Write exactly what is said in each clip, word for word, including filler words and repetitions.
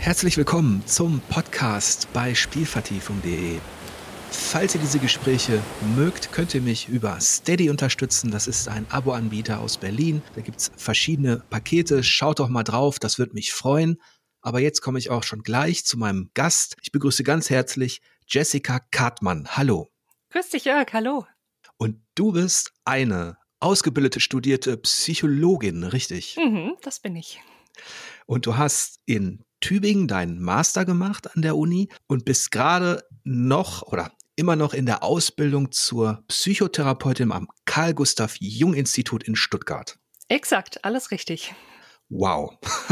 Herzlich willkommen zum Podcast bei spielvertiefung punkt de. Falls ihr diese Gespräche mögt, könnt ihr mich über Steady unterstützen. Das ist ein Abo-Anbieter aus Berlin. Da gibt es verschiedene Pakete. Schaut doch mal drauf, das würde mich freuen. Aber jetzt komme ich auch schon gleich zu meinem Gast. Ich begrüße ganz herzlich Jessica Kartmann. Hallo. Grüß dich, Jörg. Hallo. Und du bist eine ausgebildete, studierte Psychologin, richtig? Mhm, das bin ich. Und du hast in Tübingen deinen Master gemacht an der Uni und bist gerade noch oder immer noch in der Ausbildung zur Psychotherapeutin am Carl-Gustav-Jung-Institut in Stuttgart. Exakt, alles richtig. Wow.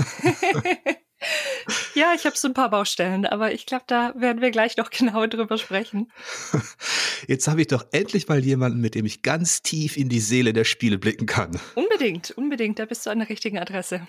Ja, ich habe so ein paar Baustellen, aber ich glaube, da werden wir gleich noch genauer drüber sprechen. Jetzt habe ich doch endlich mal jemanden, mit dem ich ganz tief in die Seele der Spiele blicken kann. Unbedingt, unbedingt, da bist du an der richtigen Adresse.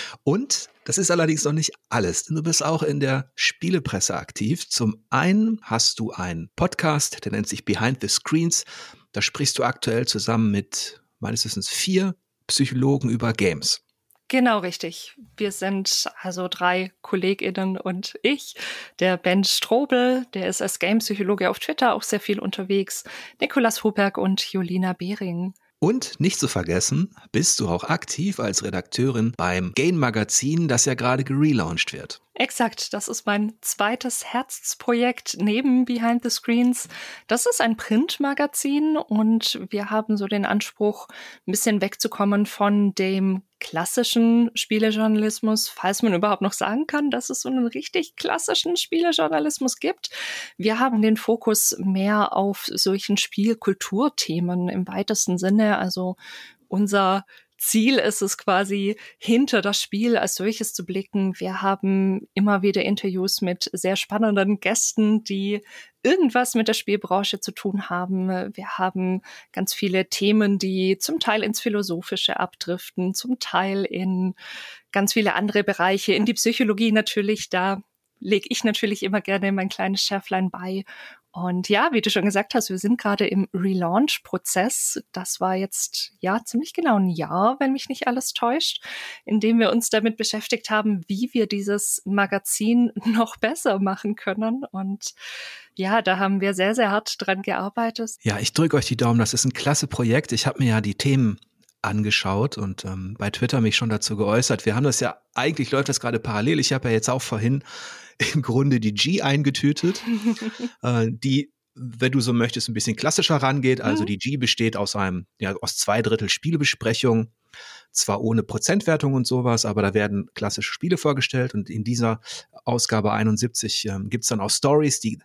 Und das ist allerdings noch nicht alles, denn du bist auch in der Spielepresse aktiv. Zum einen hast du einen Podcast, der nennt sich Behind the Screens. Da sprichst du aktuell zusammen mit meines Wissens vier Psychologen über Games. Genau, richtig. Wir sind also drei KollegInnen und ich. Der Ben Strobel, der ist als Game-Psychologe auf Twitter auch sehr viel unterwegs. Nikolas Huberg und Julina Behring. Und nicht zu vergessen, bist du auch aktiv als Redakteurin beim Game-Magazin, das ja gerade gelauncht wird. Exakt, das ist mein zweites Herzensprojekt neben Behind the Screens. Das ist ein Printmagazin und wir haben so den Anspruch, ein bisschen wegzukommen von dem klassischen Spielejournalismus, falls man überhaupt noch sagen kann, dass es so einen richtig klassischen Spielejournalismus gibt. Wir haben den Fokus mehr auf solchen Spielkulturthemen im weitesten Sinne, also unser Ziel ist es quasi, hinter das Spiel als solches zu blicken. Wir haben immer wieder Interviews mit sehr spannenden Gästen, die irgendwas mit der Spielbranche zu tun haben. Wir haben ganz viele Themen, die zum Teil ins Philosophische abdriften, zum Teil in ganz viele andere Bereiche, in die Psychologie natürlich. Da lege ich natürlich immer gerne mein kleines Schärflein bei. Und ja, wie du schon gesagt hast, wir sind gerade im Relaunch-Prozess. Das war jetzt ja ziemlich genau ein Jahr, wenn mich nicht alles täuscht, in dem wir uns damit beschäftigt haben, wie wir dieses Magazin noch besser machen können. Und ja, da haben wir sehr, sehr hart dran gearbeitet. Ja, ich drücke euch die Daumen. Das ist ein klasse Projekt. Ich habe mir ja die Themen angeschaut und ähm, bei Twitter mich schon dazu geäußert. Wir haben das ja, eigentlich läuft das gerade parallel. Ich habe ja jetzt auch vorhin im Grunde die G eingetütet, äh, die, wenn du so möchtest, ein bisschen klassischer rangeht. Also die G besteht aus einem, ja, aus zwei Drittel Spielebesprechung, zwar ohne Prozentwertung und sowas, aber da werden klassische Spiele vorgestellt und in dieser Ausgabe einundsiebzig ähm, gibt's dann auch Stories, die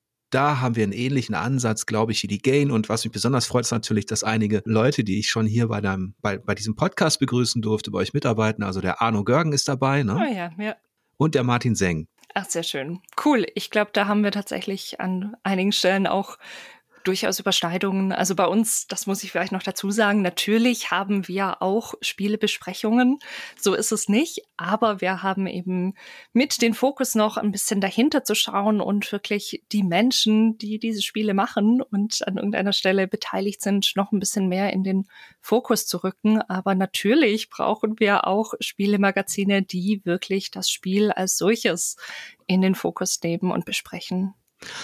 Da haben wir einen ähnlichen Ansatz, glaube ich, wie die Gain. Und was mich besonders freut, ist natürlich, dass einige Leute, die ich schon hier bei deinem, bei, bei diesem Podcast begrüßen durfte, bei euch mitarbeiten. Also der Arno Görgen ist dabei, ne? Oh ja, ja. Und der Martin Seng. Ach, sehr schön. Cool. Ich glaube, da haben wir tatsächlich an einigen Stellen auch durchaus Überschneidungen. Also bei uns, das muss ich vielleicht noch dazu sagen, natürlich haben wir auch Spielebesprechungen. So ist es nicht. Aber wir haben eben mit den Fokus noch ein bisschen dahinter zu schauen und wirklich die Menschen, die diese Spiele machen und an irgendeiner Stelle beteiligt sind, noch ein bisschen mehr in den Fokus zu rücken. Aber natürlich brauchen wir auch Spielemagazine, die wirklich das Spiel als solches in den Fokus nehmen und besprechen.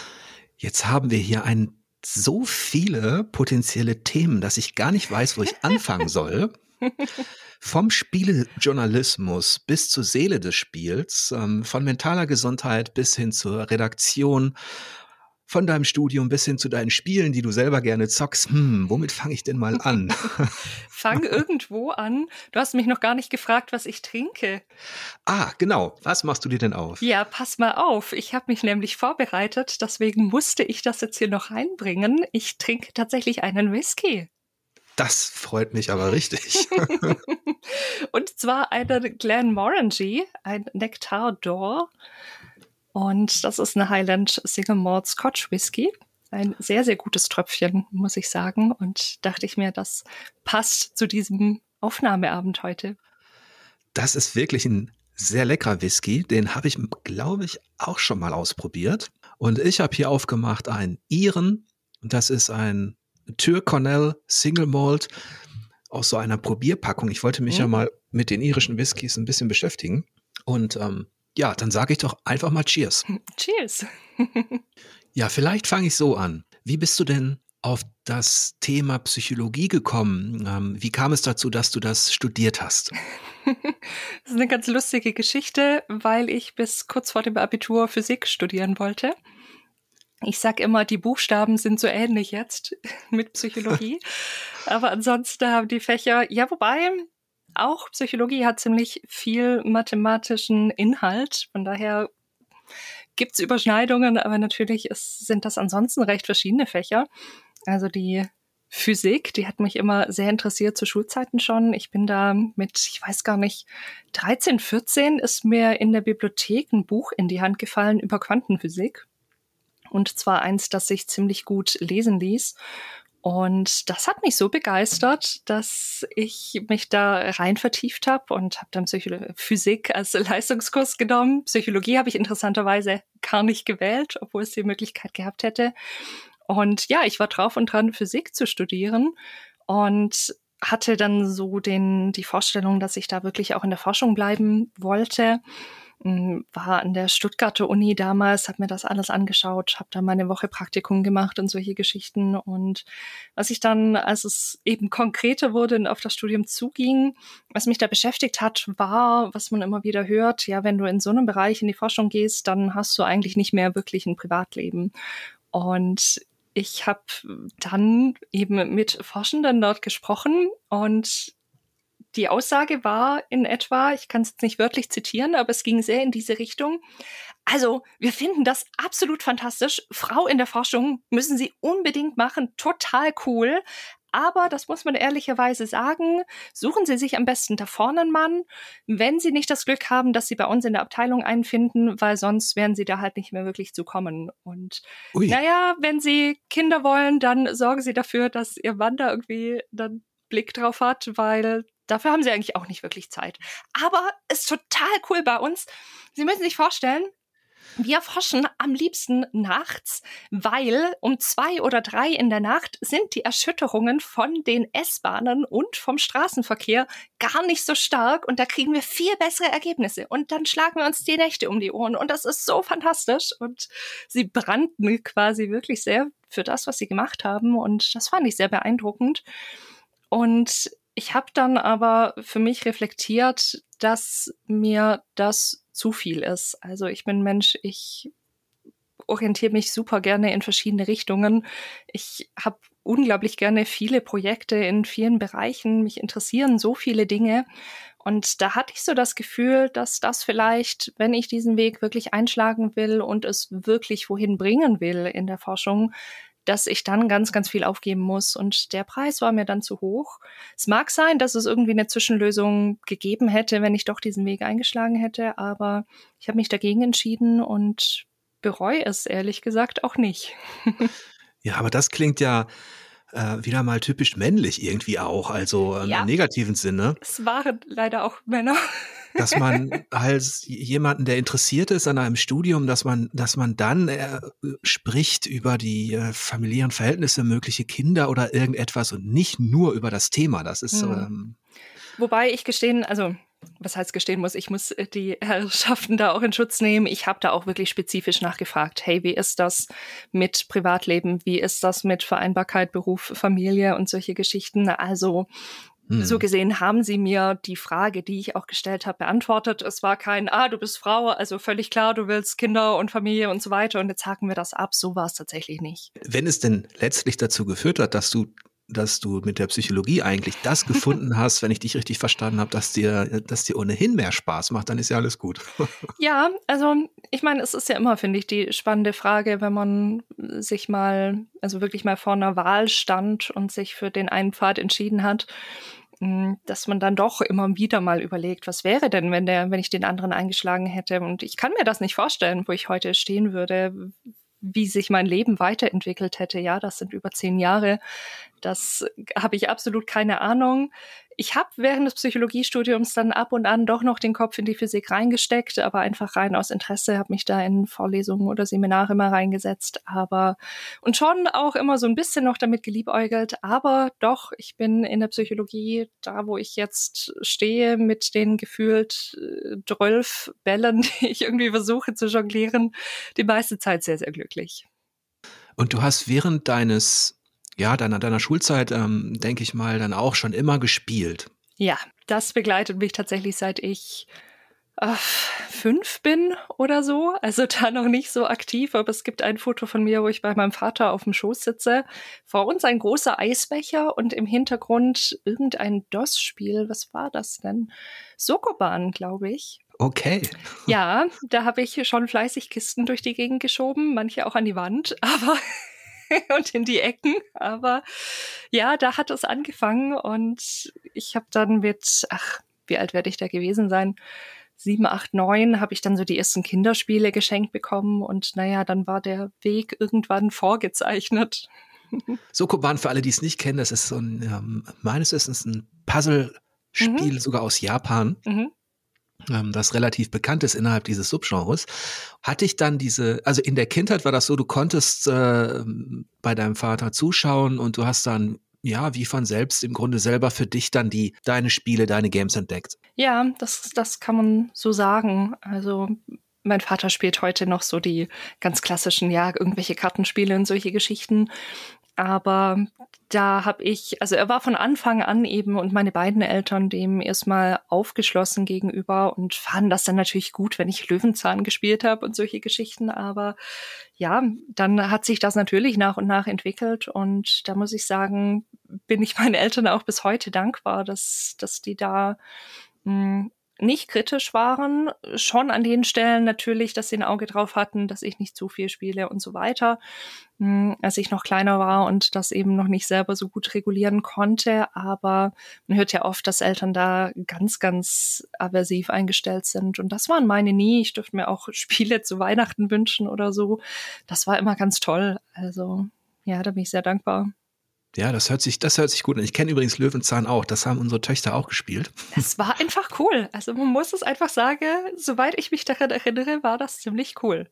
Jetzt haben wir hier ein so viele potenzielle Themen, dass ich gar nicht weiß, wo ich anfangen soll. Vom Spielejournalismus bis zur Seele des Spiels, ähm, von mentaler Gesundheit bis hin zur Redaktion, von deinem Studium bis hin zu deinen Spielen, die du selber gerne zockst. Hm, womit fange ich denn mal an? Fang irgendwo an. Du hast mich noch gar nicht gefragt, was ich trinke. Ah, genau. Was machst du dir denn auf? Ja, pass mal auf. Ich habe mich nämlich vorbereitet, deswegen musste ich das jetzt hier noch reinbringen. Ich trinke tatsächlich einen Whisky. Das freut mich aber richtig. Und zwar einen Glenmorangie, ein Nectar d'Or. Und das ist eine Highland Single Malt Scotch Whisky. Ein sehr, sehr gutes Tröpfchen, muss ich sagen. Und dachte ich mir, das passt zu diesem Aufnahmeabend heute. Das ist wirklich ein sehr leckerer Whisky. Den habe ich, glaube ich, auch schon mal ausprobiert. Und ich habe hier aufgemacht einen Iren. Das ist ein Tyrconnell Single Malt aus so einer Probierpackung. Ich wollte mich mhm. ja mal mit den irischen Whiskys ein bisschen beschäftigen. Und ähm, Ja, dann sage ich doch einfach mal Cheers. Cheers. Ja, vielleicht fange ich so an. Wie bist du denn auf das Thema Psychologie gekommen? Ähm, wie kam es dazu, dass du das studiert hast? Das ist eine ganz lustige Geschichte, weil ich bis kurz vor dem Abitur Physik studieren wollte. Ich sag immer, die Buchstaben sind so ähnlich jetzt mit Psychologie. Aber ansonsten haben die Fächer, ja, wobei auch Psychologie hat ziemlich viel mathematischen Inhalt. Von daher gibt's Überschneidungen, aber natürlich ist, sind das ansonsten recht verschiedene Fächer. Also die Physik, die hat mich immer sehr interessiert zu Schulzeiten schon. Ich bin da mit, ich weiß gar nicht, dreizehn, vierzehn ist mir in der Bibliothek ein Buch in die Hand gefallen über Quantenphysik. Und zwar eins, das sich ziemlich gut lesen ließ. Und das hat mich so begeistert, dass ich mich da rein vertieft habe und habe dann Psycholo- Physik als Leistungskurs genommen. Psychologie habe ich interessanterweise gar nicht gewählt, obwohl es die Möglichkeit gehabt hätte. Und ja, ich war drauf und dran, Physik zu studieren und hatte dann so den, die Vorstellung, dass ich da wirklich auch in der Forschung bleiben wollte. War an der Stuttgarter Uni damals, habe mir das alles angeschaut, habe da meine Woche Praktikum gemacht und solche Geschichten. Und was ich dann, als es eben konkreter wurde und auf das Studium zuging, was mich da beschäftigt hat, war, was man immer wieder hört, ja, wenn du in so einem Bereich in die Forschung gehst, dann hast du eigentlich nicht mehr wirklich ein Privatleben. Und ich habe dann eben mit Forschenden dort gesprochen und die Aussage war in etwa, ich kann es jetzt nicht wörtlich zitieren, aber es ging sehr in diese Richtung. Also, wir finden das absolut fantastisch. Frau in der Forschung müssen Sie unbedingt machen. Total cool. Aber, das muss man ehrlicherweise sagen, suchen Sie sich am besten da vorne einen Mann, wenn Sie nicht das Glück haben, dass Sie bei uns in der Abteilung einen finden, weil sonst werden Sie da halt nicht mehr wirklich zu kommen. Und Ui. naja, wenn Sie Kinder wollen, dann sorgen Sie dafür, dass Ihr Mann da irgendwie dann Blick drauf hat, weil dafür haben sie eigentlich auch nicht wirklich Zeit. Aber ist total cool bei uns. Sie müssen sich vorstellen, wir forschen am liebsten nachts, weil um zwei oder drei in der Nacht sind die Erschütterungen von den S-Bahnen und vom Straßenverkehr gar nicht so stark und da kriegen wir viel bessere Ergebnisse und dann schlagen wir uns die Nächte um die Ohren und das ist so fantastisch und sie brannten quasi wirklich sehr für das, was sie gemacht haben und das fand ich sehr beeindruckend. Und ich habe dann aber für mich reflektiert, dass mir das zu viel ist. Also ich bin Mensch, ich orientiere mich super gerne in verschiedene Richtungen. Ich habe unglaublich gerne viele Projekte in vielen Bereichen. Mich interessieren so viele Dinge. Und da hatte ich so das Gefühl, dass das vielleicht, wenn ich diesen Weg wirklich einschlagen will und es wirklich wohin bringen will in der Forschung, dass ich dann ganz, ganz viel aufgeben muss. Und der Preis war mir dann zu hoch. Es mag sein, dass es irgendwie eine Zwischenlösung gegeben hätte, wenn ich doch diesen Weg eingeschlagen hätte. Aber ich habe mich dagegen entschieden und bereue es ehrlich gesagt auch nicht. Ja, aber das klingt ja äh, wieder mal typisch männlich irgendwie auch, also ähm, Ja, im negativen Sinne. Es waren leider auch Männer. Dass man als jemanden, der interessiert ist an einem Studium, dass man, dass man dann äh, spricht über die äh, familiären Verhältnisse, mögliche Kinder oder irgendetwas und nicht nur über das Thema. Das ist Hm. ähm, Wobei ich gestehen, also was heißt gestehen muss, ich muss die Herrschaften da auch in Schutz nehmen. Ich habe da auch wirklich spezifisch nachgefragt. Hey, wie ist das mit Privatleben? Wie ist das mit Vereinbarkeit, Beruf, Familie und solche Geschichten? Also hm. so gesehen haben sie mir die Frage, die ich auch gestellt habe, beantwortet. Es war kein, ah, du bist Frau, also völlig klar, du willst Kinder und Familie und so weiter und jetzt haken wir das ab. So war es tatsächlich nicht. Wenn es denn letztlich dazu geführt hat, dass du dass du mit der Psychologie eigentlich das gefunden hast, wenn ich dich richtig verstanden habe, dass dir, dass dir ohnehin mehr Spaß macht, dann ist ja alles gut. Ja, also ich meine, es ist ja immer, finde ich, die spannende Frage, wenn man sich mal, also wirklich mal vor einer Wahl stand und sich für den einen Pfad entschieden hat, dass man dann doch immer wieder mal überlegt, was wäre denn, wenn der, wenn ich den anderen eingeschlagen hätte? Und ich kann mir das nicht vorstellen, wo ich heute stehen würde, wie sich mein Leben weiterentwickelt hätte. Ja, das sind über zehn Jahre. Das habe ich absolut keine Ahnung. ich habe während des Psychologiestudiums dann ab und an doch noch den Kopf in die Physik reingesteckt, aber einfach rein aus Interesse, habe mich da in Vorlesungen oder Seminare mal reingesetzt, aber und schon auch immer so ein bisschen noch damit geliebäugelt, aber doch, ich bin in der Psychologie, da wo ich jetzt stehe, mit den gefühlt zwölf Bällen, die ich irgendwie versuche zu jonglieren, die meiste Zeit sehr, sehr glücklich. Und du hast während deines Ja, deiner, deiner Schulzeit, ähm, denke ich mal, dann auch schon immer gespielt. Ja, das begleitet mich tatsächlich, seit ich äh, fünf bin oder so. Also da noch nicht so aktiv, aber es gibt ein Foto von mir, wo ich bei meinem Vater auf dem Schoß sitze. Vor uns ein großer Eisbecher und im Hintergrund irgendein DOS-Spiel. Was war das denn? Sokoban, glaube ich. Okay. Ja, da habe ich schon fleißig Kisten durch die Gegend geschoben, manche auch an die Wand, aber und in die Ecken, aber ja, da hat es angefangen und ich habe dann mit, ach, wie alt werde ich da gewesen sein? Sieben, acht, neun habe ich dann so die ersten Kinderspiele geschenkt bekommen und naja, dann war der Weg irgendwann vorgezeichnet. Sokoban, für alle, die es nicht kennen, das ist so ein, ähm, meines Wissens ein Puzzle-Spiel, mhm. sogar aus Japan. Mhm. Das relativ bekannt ist innerhalb dieses Subgenres. Hatte ich dann diese, also in der Kindheit war das so, du konntest äh, bei deinem Vater zuschauen und du hast dann, ja, wie von selbst im Grunde selber für dich dann die, deine Spiele, deine Games entdeckt. Ja, das, das kann man so sagen. Also mein Vater spielt heute noch so die ganz klassischen, ja, irgendwelche Kartenspiele und solche Geschichten. Aber da habe ich, also er war von Anfang an eben und meine beiden Eltern dem erstmal aufgeschlossen gegenüber und fanden das dann natürlich gut, wenn ich Löwenzahn gespielt habe und solche Geschichten. Aber ja, dann hat sich das natürlich nach und nach entwickelt und da muss ich sagen, bin ich meinen Eltern auch bis heute dankbar, dass, dass die da mh, nicht kritisch waren, schon an den Stellen natürlich, dass sie ein Auge drauf hatten, dass ich nicht zu viel spiele und so weiter, als ich noch kleiner war und das eben noch nicht selber so gut regulieren konnte. Aber man hört ja oft, dass Eltern da ganz, ganz aversiv eingestellt sind. Und das waren meine nie. Ich durfte mir auch Spiele zu Weihnachten wünschen oder so. Das war immer ganz toll. Also ja, da bin ich sehr dankbar. Ja, das hört sich, das hört sich gut an. Ich kenne übrigens Löwenzahn auch. Das haben unsere Töchter auch gespielt. Das war einfach cool. Also man muss es einfach sagen, soweit ich mich daran erinnere, war das ziemlich cool.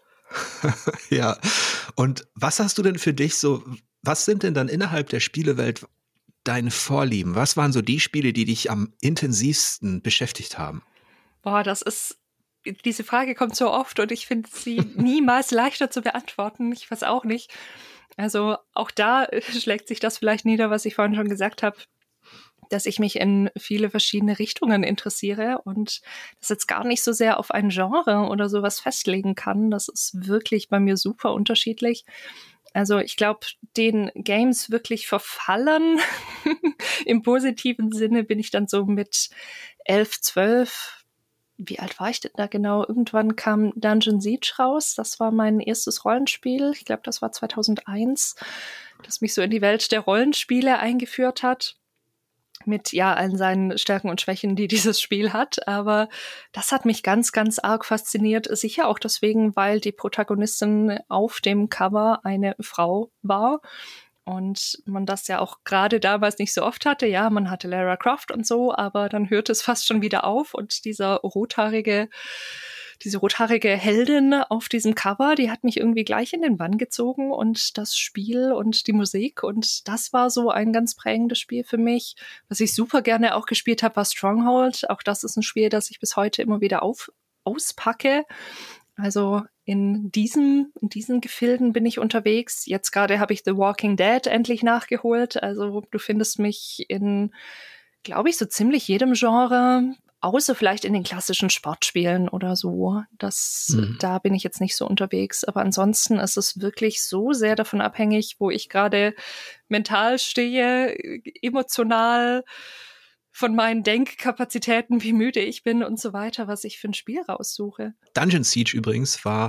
Ja. Und was hast du denn für dich so, was sind denn dann innerhalb der Spielewelt deine Vorlieben? Was waren so die Spiele, die dich am intensivsten beschäftigt haben? Boah, das ist, diese Frage kommt so oft und ich finde sie niemals leichter zu beantworten. Ich weiß auch nicht. Also auch da schlägt sich das vielleicht nieder, was ich vorhin schon gesagt habe, dass ich mich in viele verschiedene Richtungen interessiere und das jetzt gar nicht so sehr auf ein Genre oder sowas festlegen kann. Das ist wirklich bei mir super unterschiedlich. Also ich glaube, den Games wirklich verfallen im positiven Sinne bin ich dann so mit elf, zwölf. Wie alt war ich denn da genau? Irgendwann kam Dungeon Siege raus. Das war mein erstes Rollenspiel. Ich glaube, das war zweitausendeins, das mich so in die Welt der Rollenspiele eingeführt hat. Mit, ja, allen seinen Stärken und Schwächen, die dieses Spiel hat. Aber das hat mich ganz, ganz arg fasziniert. Sicher auch deswegen, weil die Protagonistin auf dem Cover eine Frau war. Und man das ja auch gerade damals nicht so oft hatte. Ja, man hatte Lara Croft und so, aber dann hörte es fast schon wieder auf. Und dieser rothaarige, diese rothaarige Heldin auf diesem Cover, die hat mich irgendwie gleich in den Bann gezogen. Und das Spiel und die Musik. Und das war so ein ganz prägendes Spiel für mich. Was ich super gerne auch gespielt habe, war Stronghold. Auch das ist ein Spiel, das ich bis heute immer wieder auf, auspacke. Also in diesen, in diesen Gefilden bin ich unterwegs. Jetzt gerade habe ich The Walking Dead endlich nachgeholt. Also du findest mich in, glaube ich, so ziemlich jedem Genre, außer vielleicht in den klassischen Sportspielen oder so. Das, mhm. Da bin ich jetzt nicht so unterwegs. Aber ansonsten ist es wirklich so sehr davon abhängig, wo ich gerade mental stehe, emotional, von meinen Denkkapazitäten, wie müde ich bin und so weiter, was ich für ein Spiel raussuche. Dungeon Siege übrigens war,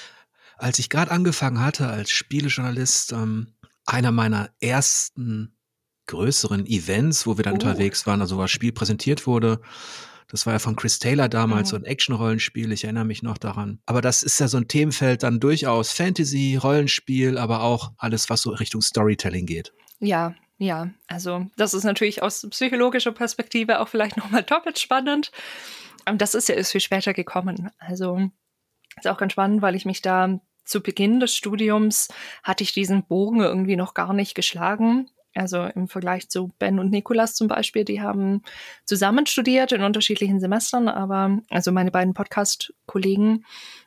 als ich gerade angefangen hatte als Spielejournalist, ähm, einer meiner ersten größeren Events, wo wir dann oh. unterwegs waren, also wo das Spiel präsentiert wurde. Das war ja von Chris Taylor damals, mhm. so ein Action-Rollenspiel, ich erinnere mich noch daran. Aber das ist ja so ein Themenfeld dann durchaus Fantasy, Rollenspiel, aber auch alles, was so Richtung Storytelling geht. Ja, Ja, also das ist natürlich aus psychologischer Perspektive auch vielleicht nochmal doppelt spannend. Und das ist ja erst viel später gekommen. Also ist auch ganz spannend, weil ich mich da zu Beginn des Studiums hatte ich diesen Bogen irgendwie noch gar nicht geschlagen. Also im Vergleich zu Ben und Nikolas zum Beispiel, die haben zusammen studiert in unterschiedlichen Semestern, aber also meine beiden Podcast-Kollegen,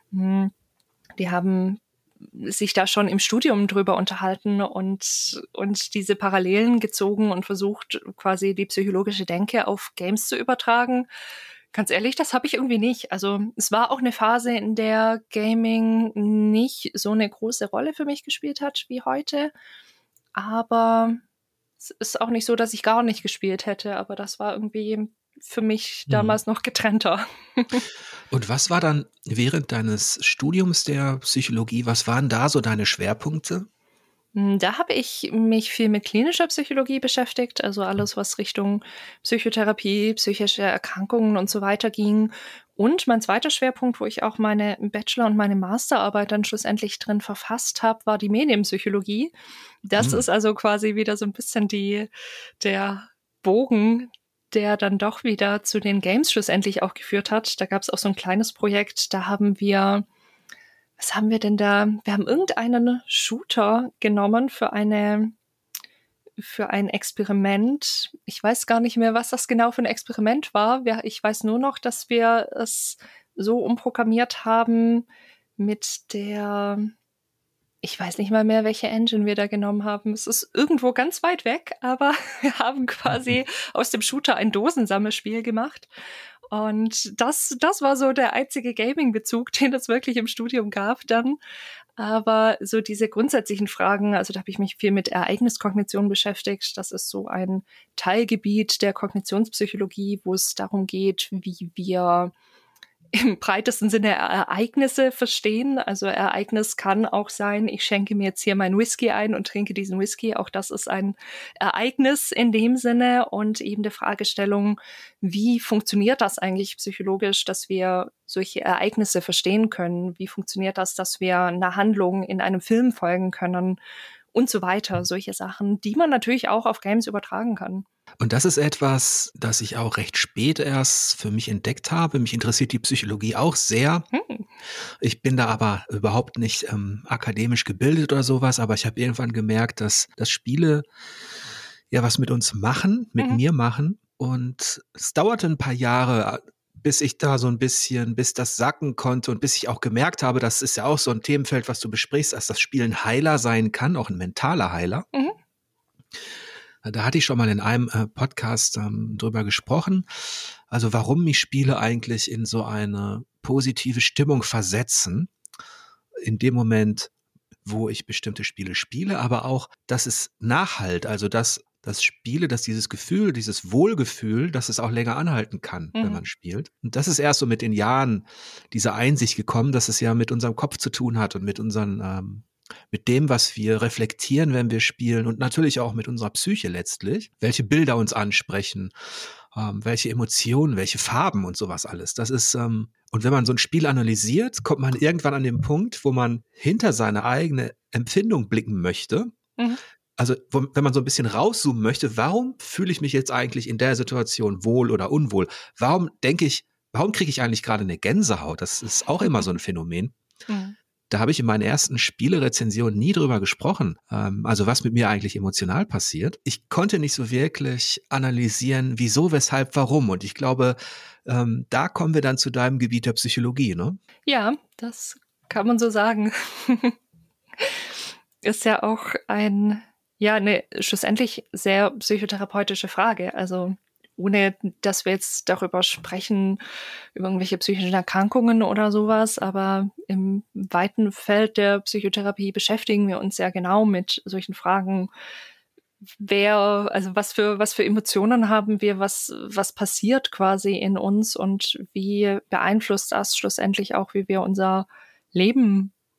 die haben sich da schon im Studium drüber unterhalten und, und diese Parallelen gezogen und versucht, quasi die psychologische Denke auf Games zu übertragen. Ganz ehrlich, das habe ich irgendwie nicht. Also es war auch eine Phase, in der Gaming nicht so eine große Rolle für mich gespielt hat wie heute. Aber es ist auch nicht so, dass ich gar nicht gespielt hätte. Aber das war irgendwie für mich damals hm. noch getrennter. Und was war dann während deines Studiums der Psychologie, was waren da so deine Schwerpunkte? Da habe ich mich viel mit klinischer Psychologie beschäftigt, also alles, was Richtung Psychotherapie, psychische Erkrankungen und so weiter ging. Und mein zweiter Schwerpunkt, wo ich auch meine Bachelor- und meine Masterarbeit dann schlussendlich drin verfasst habe, war die Medienpsychologie. Das hm. ist also quasi wieder so ein bisschen die, der Bogen, der dann doch wieder zu den Games schlussendlich auch geführt hat. Da gab es auch so ein kleines Projekt, da haben wir Was haben wir denn da? Wir haben irgendeinen Shooter genommen für eine, für ein Experiment. Ich weiß gar nicht mehr, was das genau für ein Experiment war. Ich weiß nur noch, dass wir es so umprogrammiert haben mit der, ich weiß nicht mal mehr, welche Engine wir da genommen haben. Es ist irgendwo ganz weit weg, aber wir haben quasi aus dem Shooter ein Dosensammelspiel gemacht. Und das, das war so der einzige Gaming-Bezug, den es wirklich im Studium gab dann. Aber so diese grundsätzlichen Fragen, also da habe ich mich viel mit Ereigniskognition beschäftigt. Das ist so ein Teilgebiet der Kognitionspsychologie, wo es darum geht, wie wir im breitesten Sinne Ereignisse verstehen. Also Ereignis kann auch sein, ich schenke mir jetzt hier meinen Whisky ein und trinke diesen Whisky. Auch das ist ein Ereignis in dem Sinne und eben die Fragestellung, wie funktioniert das eigentlich psychologisch, dass wir solche Ereignisse verstehen können? Wie funktioniert das, dass wir einer Handlung in einem Film folgen können? Und so weiter. Solche Sachen, die man natürlich auch auf Games übertragen kann. Und das ist etwas, das ich auch recht spät erst für mich entdeckt habe. Mich interessiert die Psychologie auch sehr. Hm. Ich bin da aber überhaupt nicht ähm, akademisch gebildet oder sowas, aber ich habe irgendwann gemerkt, dass, dass Spiele ja was mit uns machen, mit mhm. mir machen. Und es dauerte ein paar Jahre, bis ich da so ein bisschen, bis das sacken konnte und bis ich auch gemerkt habe, das ist ja auch so ein Themenfeld, was du besprichst, dass das Spiel ein Heiler sein kann, auch ein mentaler Heiler. Mhm. Da hatte ich schon mal in einem äh, Podcast ähm, drüber gesprochen, also warum mich Spiele eigentlich in so eine positive Stimmung versetzen, in dem Moment, wo ich bestimmte Spiele spiele, aber auch, dass es nachhalt, also dass dass Spiele, dass dieses Gefühl, dieses Wohlgefühl, dass es auch länger anhalten kann, mhm. wenn man spielt. Und das ist erst so mit den Jahren diese Einsicht gekommen, dass es ja mit unserem Kopf zu tun hat und mit unseren, ähm, mit dem, was wir reflektieren, wenn wir spielen und natürlich auch mit unserer Psyche letztlich, welche Bilder uns ansprechen, ähm, welche Emotionen, welche Farben und sowas alles. Das ist, ähm, und wenn man so ein Spiel analysiert, kommt man irgendwann an den Punkt, wo man hinter seine eigene Empfindung blicken möchte. Mhm. Also wo, wenn man so ein bisschen rauszoomen möchte, warum fühle ich mich jetzt eigentlich in der Situation wohl oder unwohl? Warum denke ich, warum kriege ich eigentlich gerade eine Gänsehaut? Das ist auch immer so ein Phänomen. Mhm. Da habe ich in meinen ersten Spielerezensionen nie drüber gesprochen, ähm, also was mit mir eigentlich emotional passiert. Ich konnte nicht so wirklich analysieren, wieso, weshalb, warum. Und ich glaube, ähm, da kommen wir dann zu deinem Gebiet der Psychologie, ne? Ja, das kann man so sagen. Ist ja auch ein, ja, eine schlussendlich sehr psychotherapeutische Frage. Also ohne, dass wir jetzt darüber sprechen, über irgendwelche psychischen Erkrankungen oder sowas, aber im weiten Feld der Psychotherapie beschäftigen wir uns ja genau mit solchen Fragen. Wer, also was für, was für Emotionen haben wir, was, was passiert quasi in uns und wie beeinflusst das schlussendlich auch, wie wir unser Leben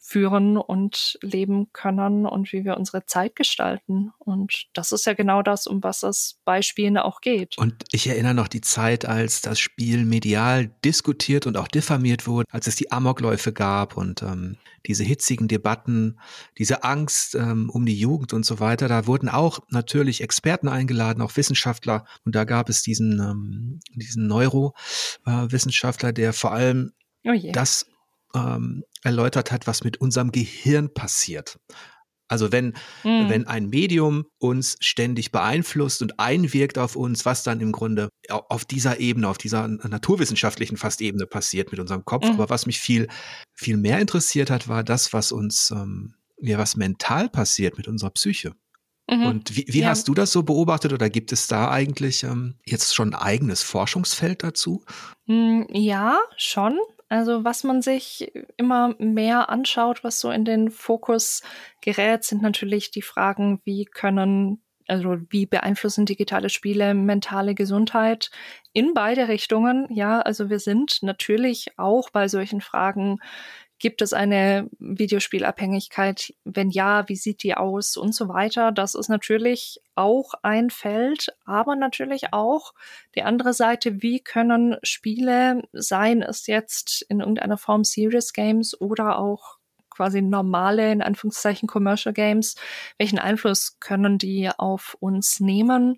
führen und leben können und wie wir unsere Zeit gestalten. Und das ist ja genau das, um was es bei Spielen auch geht. Und ich erinnere noch die Zeit, als das Spiel medial diskutiert und auch diffamiert wurde, als es die Amokläufe gab und ähm, diese hitzigen Debatten, diese Angst ähm, um die Jugend und so weiter. Da wurden auch natürlich Experten eingeladen, auch Wissenschaftler. Und da gab es diesen, ähm, diesen Neurowissenschaftler, äh, der vor allem Oh je. das ähm, erläutert hat, was mit unserem Gehirn passiert. Also wenn, Mhm. wenn ein Medium uns ständig beeinflusst und einwirkt auf uns, was dann im Grunde auf dieser Ebene, auf dieser naturwissenschaftlichen fast Ebene passiert mit unserem Kopf. Mhm. Aber was mich viel, viel mehr interessiert hat, war das, was uns, ähm, ja, was mental passiert mit unserer Psyche. Mhm. Und wie, wie Ja. hast du das so beobachtet oder gibt es da eigentlich ähm, jetzt schon ein eigenes Forschungsfeld dazu? Mm, Ja, schon. Also was man sich immer mehr anschaut, was so in den Fokus gerät, sind natürlich die Fragen, wie können, also wie beeinflussen digitale Spiele mentale Gesundheit in beide Richtungen. Ja, also wir sind natürlich auch bei solchen Fragen, gibt es eine Videospielabhängigkeit? Wenn ja, wie sieht die aus und so weiter? Das ist natürlich auch ein Feld, aber natürlich auch die andere Seite, wie können Spiele, seien es jetzt in irgendeiner Form Serious Games oder auch quasi normale, in Anführungszeichen Commercial Games, welchen Einfluss können die auf uns nehmen,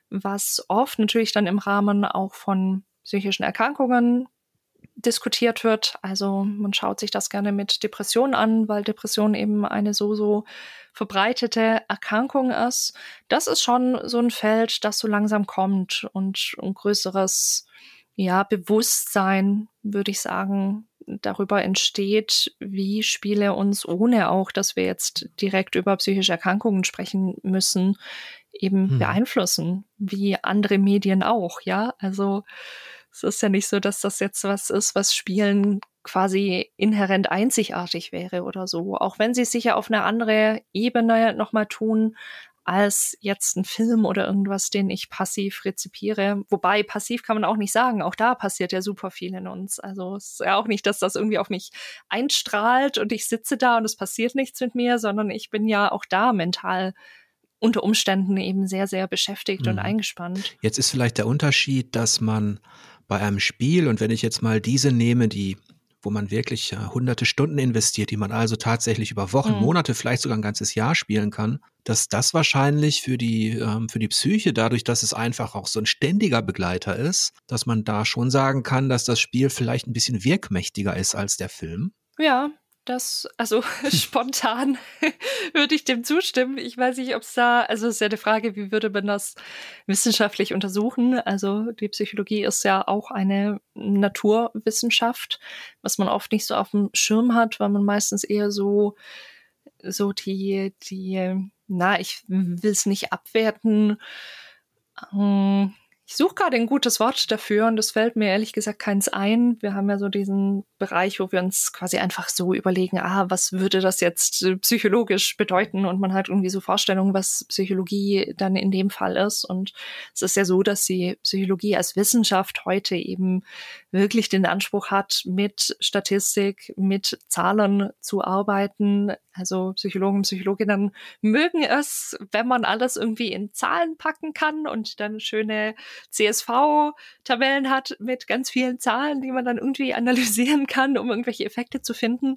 was oft natürlich dann im Rahmen auch von psychischen Erkrankungen diskutiert wird. Also man schaut sich das gerne mit Depressionen an, weil Depression eben eine so, so verbreitete Erkrankung ist. Das ist schon so ein Feld, das so langsam kommt und ein größeres, ja, Bewusstsein, würde ich sagen, darüber entsteht, wie Spiele uns, ohne auch, dass wir jetzt direkt über psychische Erkrankungen sprechen müssen, eben Hm. beeinflussen, wie andere Medien auch, ja. Also es ist ja nicht so, dass das jetzt was ist, was Spielen quasi inhärent einzigartig wäre oder so. Auch wenn sie es sicher auf eine andere Ebene nochmal tun, als jetzt ein Film oder irgendwas, den ich passiv rezipiere. Wobei, passiv kann man auch nicht sagen. Auch da passiert ja super viel in uns. Also es ist ja auch nicht, dass das irgendwie auf mich einstrahlt und ich sitze da und es passiert nichts mit mir, sondern ich bin ja auch da mental unter Umständen eben sehr, sehr beschäftigt Mhm. und eingespannt. Jetzt ist vielleicht der Unterschied, dass man bei einem Spiel, und wenn ich jetzt mal diese nehme, die, wo man wirklich äh, hunderte Stunden investiert, die man also tatsächlich über Wochen, Mhm. Monate, vielleicht sogar ein ganzes Jahr spielen kann, dass das wahrscheinlich für die, ähm, für die Psyche, dadurch, dass es einfach auch so ein ständiger Begleiter ist, dass man da schon sagen kann, dass das Spiel vielleicht ein bisschen wirkmächtiger ist als der Film. Ja, das, also spontan würde ich dem zustimmen. Ich weiß nicht, ob es da, also es ist ja die Frage, wie würde man das wissenschaftlich untersuchen? Also die Psychologie ist ja auch eine Naturwissenschaft, was man oft nicht so auf dem Schirm hat, weil man meistens eher so, so die, die, na, ich will es nicht abwerten. Ähm, Ich suche gerade ein gutes Wort dafür und es fällt mir ehrlich gesagt keins ein. Wir haben ja so diesen Bereich, wo wir uns quasi einfach so überlegen, ah, was würde das jetzt äh, psychologisch bedeuten? Und man hat irgendwie so Vorstellungen, was Psychologie dann in dem Fall ist. Und es ist ja so, dass die Psychologie als Wissenschaft heute eben wirklich den Anspruch hat, mit Statistik, mit Zahlen zu arbeiten. Also Psychologen, Psychologinnen mögen es, wenn man alles irgendwie in Zahlen packen kann und dann schöne C S V-Tabellen hat mit ganz vielen Zahlen, die man dann irgendwie analysieren kann, um irgendwelche Effekte zu finden.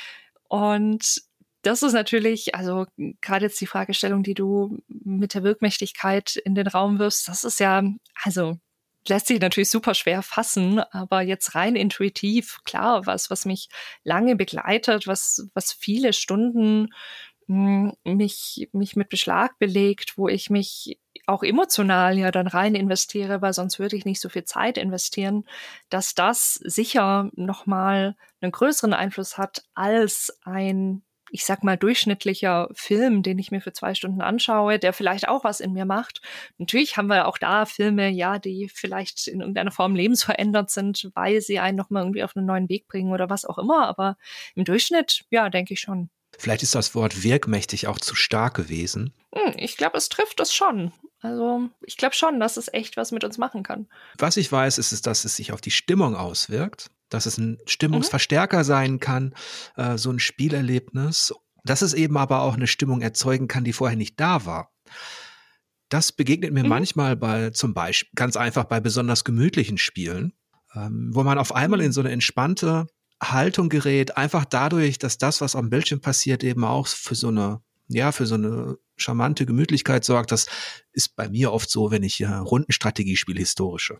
Und das ist natürlich, also gerade jetzt die Fragestellung, die du mit der Wirkmächtigkeit in den Raum wirfst, das ist ja, also lässt sich natürlich super schwer fassen, aber jetzt rein intuitiv, klar, was, was mich lange begleitet, was, was viele Stunden mh, mich, mich mit Beschlag belegt, wo ich mich auch emotional ja dann rein investiere, weil sonst würde ich nicht so viel Zeit investieren, dass das sicher nochmal einen größeren Einfluss hat als ein, ich sag mal, durchschnittlicher Film, den ich mir für zwei Stunden anschaue, der vielleicht auch was in mir macht. Natürlich haben wir auch da Filme, ja, die vielleicht in irgendeiner Form lebensverändert sind, weil sie einen nochmal irgendwie auf einen neuen Weg bringen oder was auch immer. Aber im Durchschnitt, ja, denke ich schon. Vielleicht ist das Wort wirkmächtig auch zu stark gewesen. Hm, ich glaube, es trifft es schon. Also ich glaube schon, dass es echt was mit uns machen kann. Was ich weiß, ist, ist, dass es sich auf die Stimmung auswirkt. dass es ein Mhm. Stimmungsverstärker sein kann, äh, so ein Spielerlebnis, dass es eben aber auch eine Stimmung erzeugen kann, die vorher nicht da war. Das begegnet mir Mhm. manchmal bei zum Beispiel ganz einfach bei besonders gemütlichen Spielen, ähm, wo man auf einmal in Mhm. so eine entspannte Haltung gerät, einfach dadurch, dass das, was am Bildschirm passiert, eben auch für so eine, ja, für so eine charmante Gemütlichkeit sorgt. Das ist bei mir oft so, wenn ich äh, Rundenstrategie spiele, historische.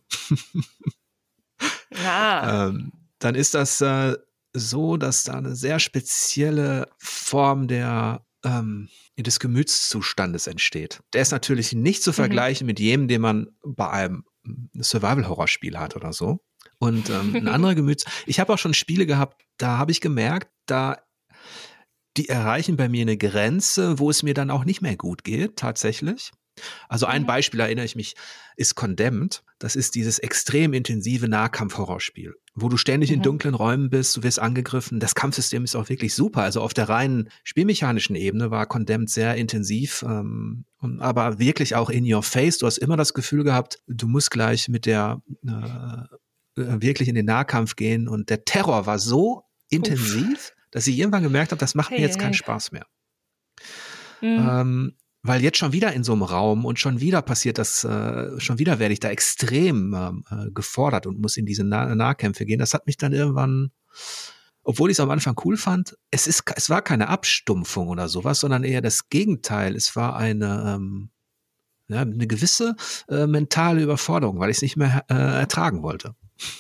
Ja. ähm, Dann ist das äh, so, dass da eine sehr spezielle Form der ähm, des Gemütszustandes entsteht. Der ist natürlich nicht zu Mhm. vergleichen mit jenem, den man bei einem Survival-Horror-Spiel hat oder so. Und ähm, ein anderer Gemüts... Ich habe auch schon Spiele gehabt, da habe ich gemerkt, da die erreichen bei mir eine Grenze, wo es mir dann auch nicht mehr gut geht, tatsächlich. Also ein Mhm. Beispiel, erinnere ich mich, ist Condemned. Das ist dieses extrem intensive Nahkampf-Horrorspiel, wo du ständig in Mhm. dunklen Räumen bist, du wirst angegriffen. Das Kampfsystem ist auch wirklich super. Also auf der reinen spielmechanischen Ebene war Condemned sehr intensiv, ähm, und, aber wirklich auch in your face. Du hast immer das Gefühl gehabt, du musst gleich mit der äh, wirklich in den Nahkampf gehen. Und der Terror war so Uff. intensiv, dass ich irgendwann gemerkt habe, das macht mir Hey, jetzt keinen hey. Spaß mehr. Mhm. Ähm, weil jetzt schon wieder in so einem Raum und schon wieder passiert das, äh, schon wieder werde ich da extrem ähm, äh, gefordert und muss in diese nah Nahkämpfe gehen. Das hat mich dann irgendwann, obwohl ich es am Anfang cool fand, es ist, es war keine Abstumpfung oder sowas, sondern eher das Gegenteil. Es war eine, ähm, ja, eine gewisse äh, mentale Überforderung, weil ich es nicht mehr äh, ertragen wollte.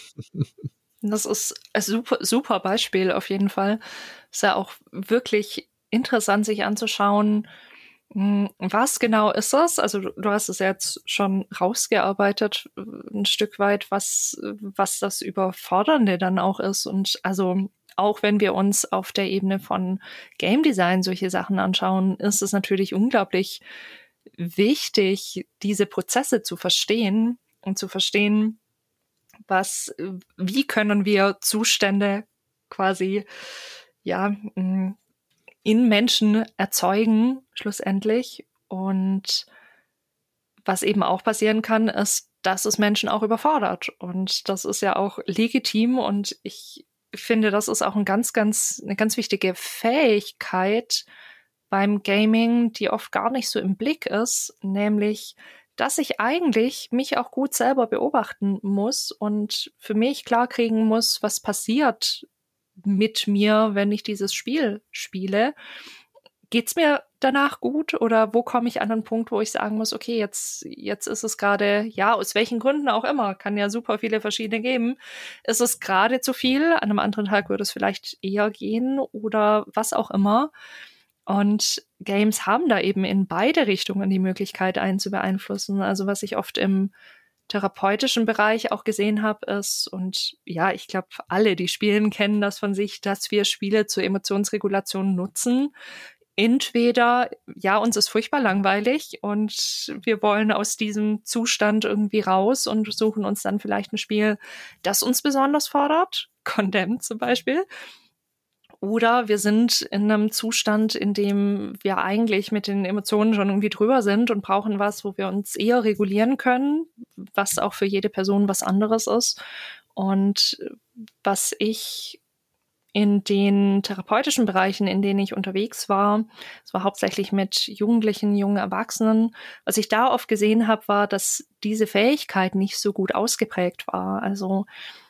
Das ist ein super, super Beispiel auf jeden Fall. Ist ja auch wirklich interessant, sich anzuschauen, hm, was genau ist das? Also du, du hast es jetzt schon rausgearbeitet, äh, ein Stück weit, was, äh, was das Überfordernde dann auch ist. Und also auch wenn wir uns auf der Ebene von Game Design solche Sachen anschauen, ist es natürlich unglaublich wichtig, diese Prozesse zu verstehen und zu verstehen, was, wie können wir Zustände quasi, ja, mm, in Menschen erzeugen, schlussendlich. Und was eben auch passieren kann, ist, dass es Menschen auch überfordert. Und das ist ja auch legitim. Und ich finde, das ist auch ein ganz, ganz, eine ganz wichtige Fähigkeit beim Gaming, die oft gar nicht so im Blick ist, nämlich, dass ich eigentlich mich auch gut selber beobachten muss und für mich klarkriegen muss, was passiert mit mir, wenn ich dieses Spiel spiele. Geht's mir danach gut oder wo komme ich an einen Punkt, wo ich sagen muss, okay, jetzt, jetzt ist es gerade, ja, aus welchen Gründen auch immer, kann ja super viele verschiedene geben, ist es gerade zu viel, an einem anderen Tag würde es vielleicht eher gehen oder was auch immer. Und Games haben da eben in beide Richtungen die Möglichkeit, einen zu beeinflussen. Also was ich oft im therapeutischen Bereich auch gesehen habe, ist, und ja, ich glaube, alle, die spielen, kennen das von sich, dass wir Spiele zur Emotionsregulation nutzen. Entweder, ja, uns ist furchtbar langweilig und wir wollen aus diesem Zustand irgendwie raus und suchen uns dann vielleicht ein Spiel, das uns besonders fordert. Condemned zum Beispiel. Oder wir sind in einem Zustand, in dem wir eigentlich mit den Emotionen schon irgendwie drüber sind und brauchen was, wo wir uns eher regulieren können, was auch für jede Person was anderes ist. Und was ich in den therapeutischen Bereichen, in denen ich unterwegs war, es war hauptsächlich mit Jugendlichen, jungen Erwachsenen, was ich da oft gesehen habe, war, dass diese Fähigkeit nicht so gut ausgeprägt war. Also,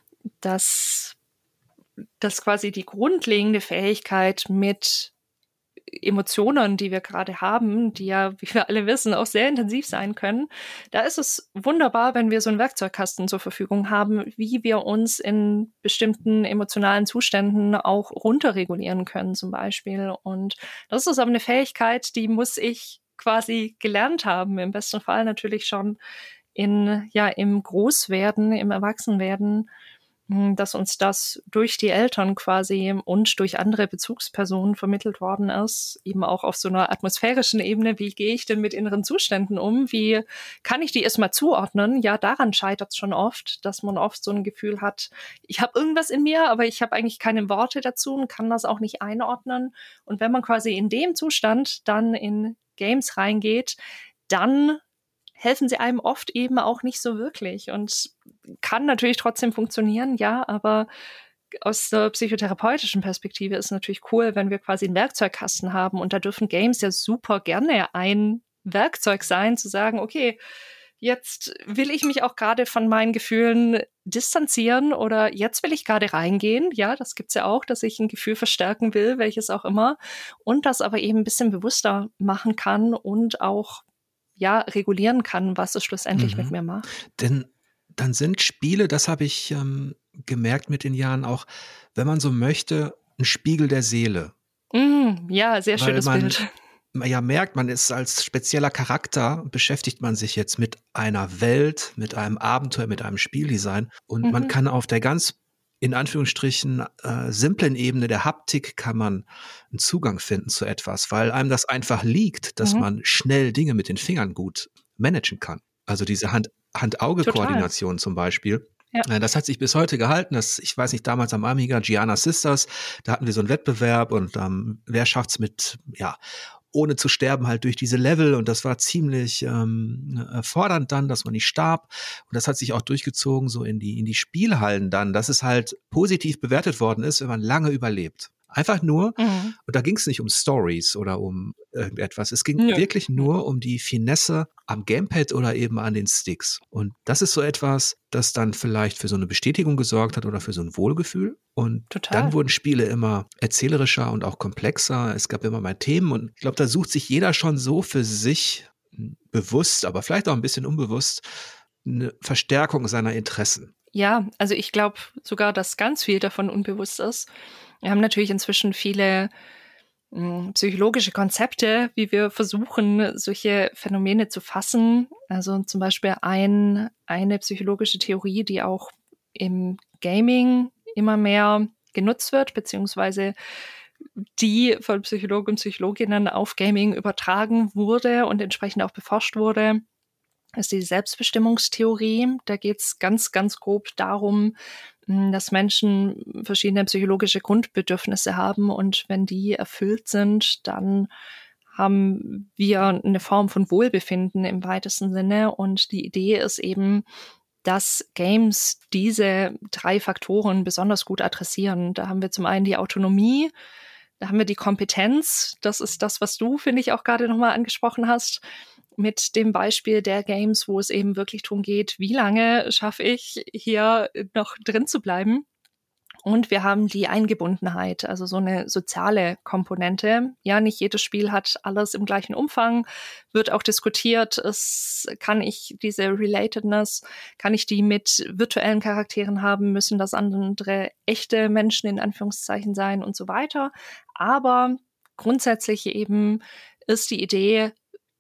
dass dass quasi die grundlegende Fähigkeit mit Emotionen, die wir gerade haben, die ja, wie wir alle wissen, auch sehr intensiv sein können, da ist es wunderbar, wenn wir so einen Werkzeugkasten zur Verfügung haben, wie wir uns in bestimmten emotionalen Zuständen auch runterregulieren können zum Beispiel. Und das ist aber eine Fähigkeit, die muss ich quasi gelernt haben, im besten Fall natürlich schon in, ja, im Großwerden, im Erwachsenwerden, dass uns das durch die Eltern quasi und durch andere Bezugspersonen vermittelt worden ist, eben auch auf so einer atmosphärischen Ebene. Wie gehe ich denn mit inneren Zuständen um? Wie kann ich die erstmal zuordnen? Ja, daran scheitert es schon oft, dass man oft so ein Gefühl hat, ich habe irgendwas in mir, aber ich habe eigentlich keine Worte dazu und kann das auch nicht einordnen. Und wenn man quasi in dem Zustand dann in Games reingeht, dann helfen sie einem oft eben auch nicht so wirklich und kann natürlich trotzdem funktionieren, ja, aber aus der psychotherapeutischen Perspektive ist natürlich cool, wenn wir quasi einen Werkzeugkasten haben und da dürfen Games ja super gerne ein Werkzeug sein, zu sagen, okay, jetzt will ich mich auch gerade von meinen Gefühlen distanzieren oder jetzt will ich gerade reingehen. Ja, das gibt's ja auch, dass ich ein Gefühl verstärken will, welches auch immer. Und das aber eben ein bisschen bewusster machen kann und auch, ja, regulieren kann, was es schlussendlich Mhm. mit mir macht. Denn dann sind Spiele, das habe ich ähm, gemerkt mit den Jahren auch, wenn man so möchte, ein Spiegel der Seele. Mm, ja, sehr Weil schönes man Bild. ja merkt, man ist als spezieller Charakter, beschäftigt man sich jetzt mit einer Welt, mit einem Abenteuer, mit einem Spieldesign und man Mhm. kann auf der ganz in Anführungsstrichen äh, simplen Ebene der Haptik kann man einen Zugang finden zu etwas, weil einem das einfach liegt, dass Mhm. man schnell Dinge mit den Fingern gut managen kann. Also diese Hand, Total. Hand-Auge-Koordination zum Beispiel. Ja. Äh, Das hat sich bis heute gehalten. Das, ich weiß nicht, damals am Amiga, Gianna Sisters, da hatten wir so einen Wettbewerb und ähm, wer schafft's mit, ja, ohne zu sterben halt durch diese Level und das war ziemlich ähm, äh, fordernd dann, dass man nicht starb und das hat sich auch durchgezogen so in die in die Spielhallen dann, dass es halt positiv bewertet worden ist, wenn man lange überlebt. Einfach nur, Mhm. und da ging es nicht um Stories oder um irgendetwas, es ging Nö. wirklich nur um die Finesse am Gamepad oder eben an den Sticks. Und das ist so etwas, das dann vielleicht für so eine Bestätigung gesorgt hat oder für so ein Wohlgefühl. Und Total. dann wurden Spiele immer erzählerischer und auch komplexer. Es gab immer mehr Themen und ich glaube, da sucht sich jeder schon so für sich bewusst, aber vielleicht auch ein bisschen unbewusst eine Verstärkung seiner Interessen. Ja, also ich glaube sogar, dass ganz viel davon unbewusst ist. Wir haben natürlich inzwischen viele mh, psychologische Konzepte, wie wir versuchen, solche Phänomene zu fassen. Also zum Beispiel ein, eine psychologische Theorie, die auch im Gaming immer mehr genutzt wird, beziehungsweise die von Psychologen und Psychologinnen auf Gaming übertragen wurde und entsprechend auch beforscht wurde, ist die Selbstbestimmungstheorie. Da geht es ganz, ganz grob darum, dass Menschen verschiedene psychologische Grundbedürfnisse haben und wenn die erfüllt sind, dann haben wir eine Form von Wohlbefinden im weitesten Sinne. Und die Idee ist eben, dass Games diese drei Faktoren besonders gut adressieren. Da haben wir zum einen die Autonomie, da haben wir die Kompetenz. Das ist das, was du, finde ich, auch gerade nochmal angesprochen hast, mit dem Beispiel der Games, wo es eben wirklich darum geht, wie lange schaffe ich hier noch drin zu bleiben. Und wir haben die Eingebundenheit, also so eine soziale Komponente. Ja, nicht jedes Spiel hat alles im gleichen Umfang, wird auch diskutiert, es kann ich diese Relatedness, kann ich die mit virtuellen Charakteren haben, müssen das andere echte Menschen in Anführungszeichen sein und so weiter. Aber grundsätzlich eben ist die Idee,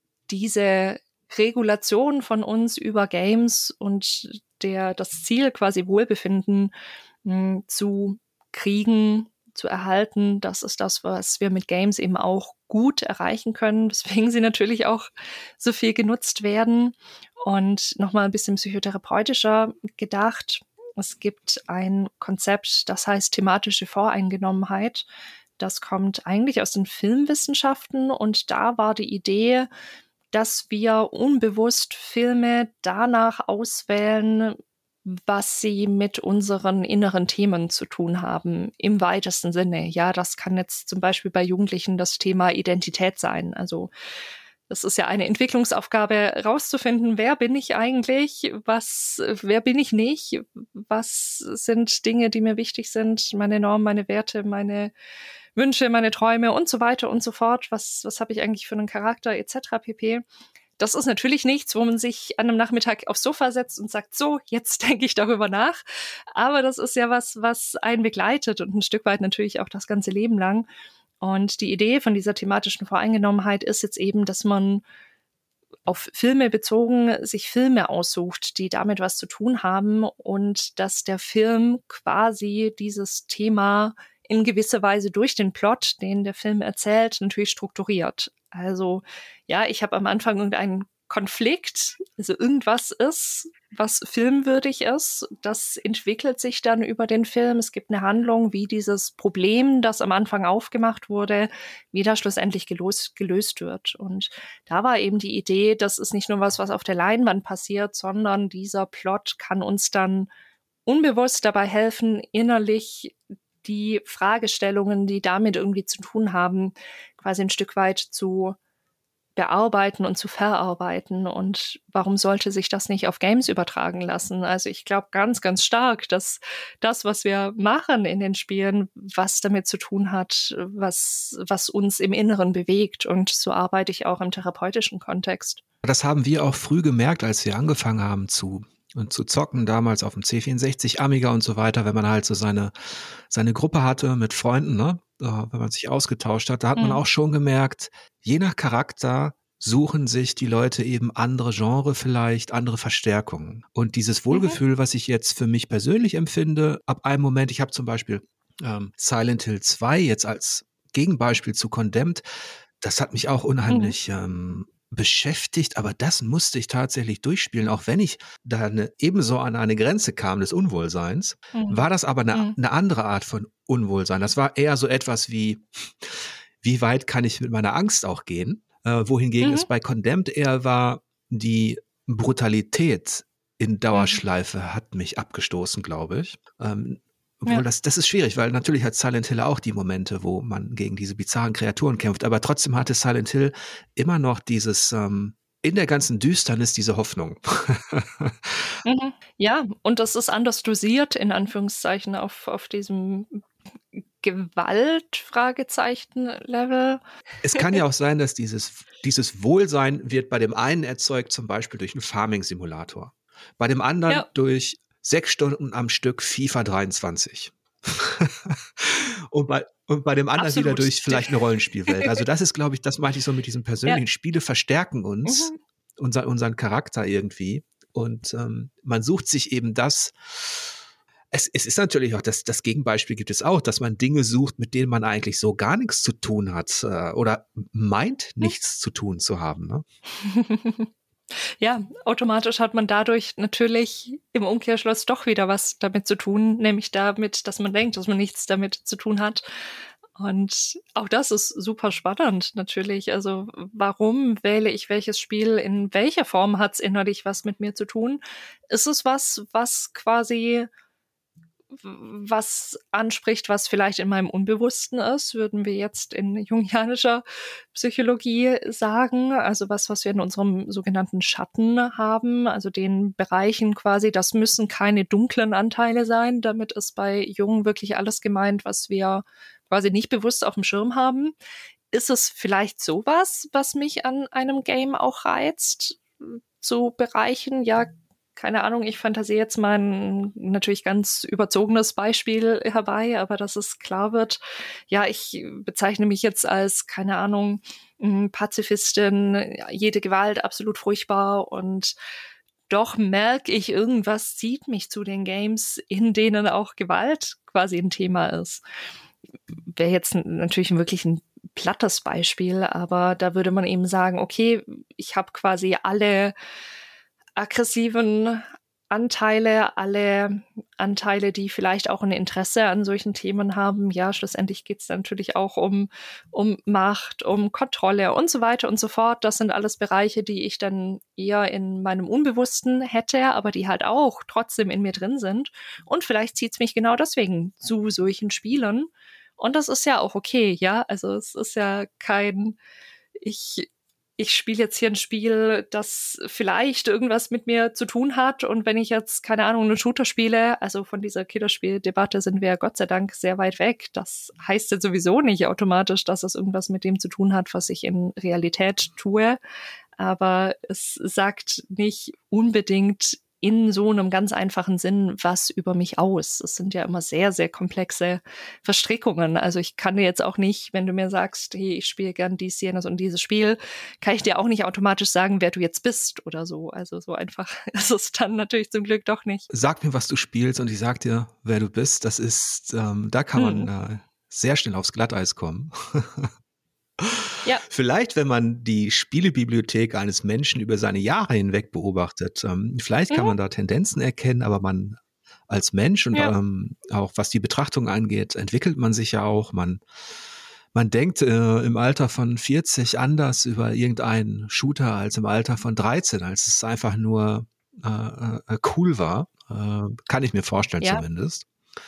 diese Regulation von uns über Games und der, das Ziel quasi Wohlbefinden mh, zu kriegen, zu erhalten, das ist das, was wir mit Games eben auch gut erreichen können, weswegen sie natürlich auch so viel genutzt werden. Und nochmal ein bisschen psychotherapeutischer gedacht. Es gibt ein Konzept, das heißt thematische Voreingenommenheit. Das kommt eigentlich aus den Filmwissenschaften und da war die Idee, dass wir unbewusst Filme danach auswählen, was sie mit unseren inneren Themen zu tun haben, im weitesten Sinne. Ja, das kann jetzt zum Beispiel bei Jugendlichen das Thema Identität sein. Also das ist ja eine Entwicklungsaufgabe, rauszufinden, wer bin ich eigentlich, was, wer bin ich nicht, was sind Dinge, die mir wichtig sind, meine Normen, meine Werte, meine Wünsche, meine Träume und so weiter und so fort. Was, was habe ich eigentlich für einen Charakter et cetera pp. Das ist natürlich nichts, wo man sich an einem Nachmittag aufs Sofa setzt und sagt, so, jetzt denke ich darüber nach. Aber das ist ja was, was einen begleitet und ein Stück weit natürlich auch das ganze Leben lang. Und die Idee von dieser thematischen Voreingenommenheit ist jetzt eben, dass man auf Filme bezogen sich Filme aussucht, die damit was zu tun haben und dass der Film quasi dieses Thema in gewisser Weise durch den Plot, den der Film erzählt, natürlich strukturiert. Also ja, ich habe am Anfang irgendeinen Konflikt, also irgendwas ist, was filmwürdig ist, das entwickelt sich dann über den Film. Es gibt eine Handlung, wie dieses Problem, das am Anfang aufgemacht wurde, wie das schlussendlich gelöst, gelöst wird. Und da war eben die Idee, das ist nicht nur was, was auf der Leinwand passiert, sondern dieser Plot kann uns dann unbewusst dabei helfen, innerlich die Fragestellungen, die damit irgendwie zu tun haben, quasi ein Stück weit zu bearbeiten und zu verarbeiten. Und warum sollte sich das nicht auf Games übertragen lassen? Also ich glaube ganz, ganz stark, dass das, was wir machen in den Spielen, was damit zu tun hat, was, was uns im Inneren bewegt. Und so arbeite ich auch im therapeutischen Kontext. Das haben wir auch früh gemerkt, als wir angefangen haben zu und zu zocken, damals auf dem C vierundsechzig, Amiga und so weiter, wenn man halt so seine, seine Gruppe hatte mit Freunden, ne, wenn man sich ausgetauscht hat, da hat mhm. man auch schon gemerkt, je nach Charakter suchen sich die Leute eben andere Genre vielleicht, andere Verstärkungen. Und dieses Wohlgefühl, mhm. was ich jetzt für mich persönlich empfinde, ab einem Moment, ich habe zum Beispiel ähm, Silent Hill zwei jetzt als Gegenbeispiel zu Condemned, das hat mich auch unheimlich mhm. ähm, beschäftigt, aber das musste ich tatsächlich durchspielen, auch wenn ich da eine, ebenso an eine Grenze kam des Unwohlseins, mhm. war das aber eine, mhm. eine andere Art von Unwohlsein. Das war eher so etwas wie, wie weit kann ich mit meiner Angst auch gehen, äh, wohingegen mhm. es bei Condemned eher war, die Brutalität in Dauerschleife mhm. hat mich abgestoßen, glaube ich. Ähm, Obwohl ja. das, das ist schwierig, weil natürlich hat Silent Hill auch die Momente, wo man gegen diese bizarren Kreaturen kämpft, aber trotzdem hatte Silent Hill immer noch dieses, ähm, in der ganzen Düsternis diese Hoffnung. mhm. Ja, und das ist anders dosiert, in Anführungszeichen, auf, auf diesem Gewalt-Fragezeichen-Level. Es kann ja auch sein, dass dieses, dieses Wohlsein wird bei dem einen erzeugt, zum Beispiel durch einen Farming-Simulator, bei dem anderen ja. durch Sechs Stunden am Stück FIFA dreiundzwanzig. und, bei, und bei dem anderen Absolut. Wieder durch vielleicht eine Rollenspielwelt. Also das ist, glaube ich, das meinte ich so mit diesem persönlichen ja. Spiele verstärken uns, mhm. unser, unseren Charakter irgendwie. Und ähm, man sucht sich eben das, es, es ist natürlich auch, das, das Gegenbeispiel gibt es auch, dass man Dinge sucht, mit denen man eigentlich so gar nichts zu tun hat äh, oder meint, nichts hm. zu tun zu haben. Ne? Ja, automatisch hat man dadurch natürlich im Umkehrschluss doch wieder was damit zu tun, nämlich damit, dass man denkt, dass man nichts damit zu tun hat. Und auch das ist super spannend natürlich. Also warum wähle ich welches Spiel, in welcher Form hat es innerlich was mit mir zu tun? Ist es was, was quasi was anspricht, was vielleicht in meinem Unbewussten ist, würden wir jetzt in jungianischer Psychologie sagen. Also was, was wir in unserem sogenannten Schatten haben, also den Bereichen quasi, das müssen keine dunklen Anteile sein. Damit ist bei Jungen wirklich alles gemeint, was wir quasi nicht bewusst auf dem Schirm haben. Ist es vielleicht sowas, was mich an einem Game auch reizt, zu Bereichen? Ja, keine Ahnung, ich fantasiere jetzt mal ein natürlich ganz überzogenes Beispiel herbei, aber dass es klar wird, ja, ich bezeichne mich jetzt als, keine Ahnung, Pazifistin, jede Gewalt absolut furchtbar und doch merke ich, irgendwas zieht mich zu den Games, in denen auch Gewalt quasi ein Thema ist. Wäre jetzt natürlich wirklich ein plattes Beispiel, aber da würde man eben sagen, okay, ich habe quasi alle aggressiven Anteile, alle Anteile, die vielleicht auch ein Interesse an solchen Themen haben. Ja, schlussendlich geht es natürlich auch um, um Macht, um Kontrolle und so weiter und so fort. Das sind alles Bereiche, die ich dann eher in meinem Unbewussten hätte, aber die halt auch trotzdem in mir drin sind. Und vielleicht zieht es mich genau deswegen zu solchen Spielen. Und das ist ja auch okay, ja. Also es ist ja kein, ich ich spiele jetzt hier ein Spiel, das vielleicht irgendwas mit mir zu tun hat. Und wenn ich jetzt, keine Ahnung, einen Shooter spiele, also von dieser Killerspiel-Debatte sind wir ja Gott sei Dank sehr weit weg. Das heißt jetzt sowieso nicht automatisch, dass es irgendwas mit dem zu tun hat, was ich in Realität tue. Aber es sagt nicht unbedingt in so einem ganz einfachen Sinn was über mich aus. Es sind ja immer sehr, sehr komplexe Verstrickungen. Also ich kann dir jetzt auch nicht, wenn du mir sagst, hey, ich spiele gern dies, jenes und dieses Spiel, kann ich dir auch nicht automatisch sagen, wer du jetzt bist oder so. Also so einfach ist es dann natürlich zum Glück doch nicht. Sag mir, was du spielst und ich sag dir, wer du bist. Das ist, ähm, da kann man hm. äh, sehr schnell aufs Glatteis kommen. Ja. Vielleicht, wenn man die Spielebibliothek eines Menschen über seine Jahre hinweg beobachtet, ähm, vielleicht kann mhm. man da Tendenzen erkennen, aber man als Mensch und ja. ähm, auch was die Betrachtung angeht, entwickelt man sich ja auch. Man, man denkt äh, im Alter von vierzig anders über irgendeinen Shooter als im Alter von dreizehn, als es einfach nur äh, äh, cool war. Äh, kann ich mir vorstellen Ja. zumindest.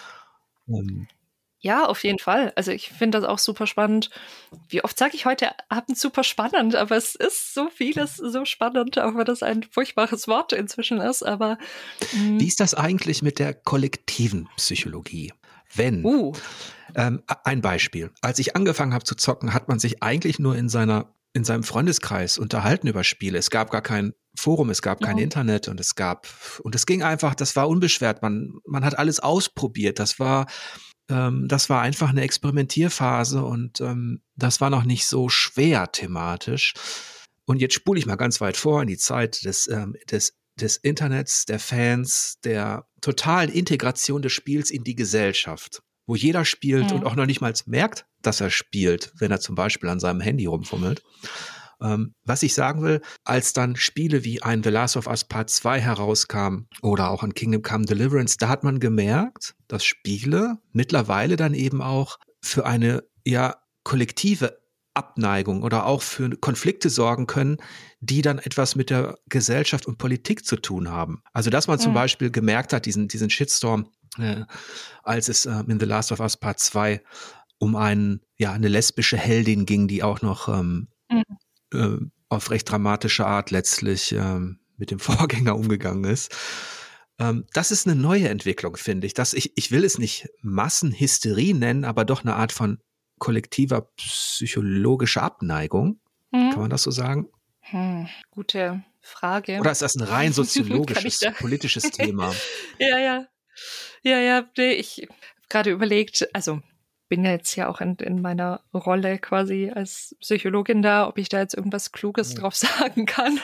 Ähm, Ja, auf jeden Fall. Also ich finde das auch super spannend. Wie oft sage ich heute Abend super spannend, aber es ist so vieles so spannend, auch wenn das ein furchtbares Wort inzwischen ist. Aber Wie mh, ist das eigentlich mit der kollektiven Psychologie? Wenn, uh, ähm, ein Beispiel. Als ich angefangen habe zu zocken, hat man sich eigentlich nur in seiner, in seinem Freundeskreis unterhalten über Spiele. Es gab gar kein Forum, es gab kein mhm, Internet und es gab, und es ging einfach, das war unbeschwert. Man, man hat alles ausprobiert. Das war, ähm, das war einfach eine Experimentierphase und ähm, das war noch nicht so schwer thematisch. Und jetzt spule ich mal ganz weit vor in die Zeit des, ähm, des, des Internets, der Fans, der totalen Integration des Spiels in die Gesellschaft, wo jeder spielt und mhm, auch noch nicht mal merkt, dass er spielt, wenn er zum Beispiel an seinem Handy rumfummelt. Ähm, was ich sagen will, als dann Spiele wie ein The Last of Us Part zwei herauskamen oder auch ein Kingdom Come Deliverance, da hat man gemerkt, dass Spiele mittlerweile dann eben auch für eine ja kollektive Abneigung oder auch für Konflikte sorgen können, die dann etwas mit der Gesellschaft und Politik zu tun haben. Also dass man zum mhm, Beispiel gemerkt hat, diesen, diesen Shitstorm, äh, als es äh, in The Last of Us Part zwei um einen, ja, eine lesbische Heldin ging, die auch noch ähm, mhm. äh, auf recht dramatische Art letztlich ähm, mit dem Vorgänger umgegangen ist. Ähm, das ist eine neue Entwicklung, finde ich. Dass ich. Ich will es nicht Massenhysterie nennen, aber doch eine Art von kollektiver psychologischer Abneigung. Kann Mhm. man das so sagen? Hm, gute Frage. Oder ist das ein rein Kann ich soziologisches, da? politisches Thema? Ja, ja. Ja, ja, nee, ich habe gerade überlegt, also bin ja jetzt ja auch in, in meiner Rolle quasi als Psychologin da, ob ich da jetzt irgendwas Kluges drauf sagen kann,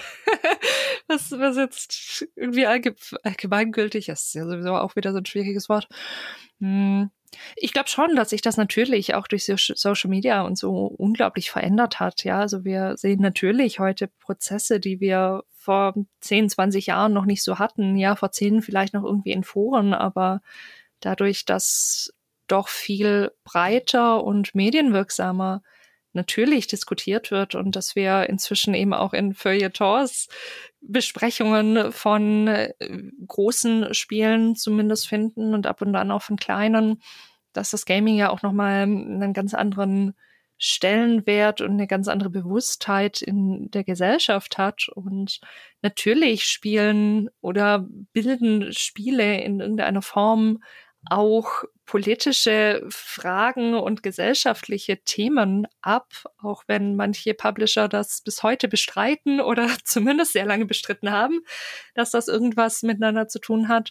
was, was jetzt irgendwie allge allgemeingültig ist. Ist ja sowieso auch wieder so ein schwieriges Wort. Hm. Ich glaube schon, dass sich das natürlich auch durch so Social Media und so unglaublich verändert hat. Ja, also wir sehen natürlich heute Prozesse, die wir vor zehn, zwanzig Jahren noch nicht so hatten. Ja, vor zehn vielleicht noch irgendwie in Foren, aber dadurch, dass doch viel breiter und medienwirksamer natürlich diskutiert wird und dass wir inzwischen eben auch in Feuilletons Besprechungen von äh, großen Spielen zumindest finden und ab und an auch von kleinen, dass das Gaming ja auch nochmal einen ganz anderen Stellenwert und eine ganz andere Bewusstheit in der Gesellschaft hat. Und natürlich spielen oder bilden Spiele in irgendeiner Form auch politische Fragen und gesellschaftliche Themen ab, auch wenn manche Publisher das bis heute bestreiten oder zumindest sehr lange bestritten haben, dass das irgendwas miteinander zu tun hat.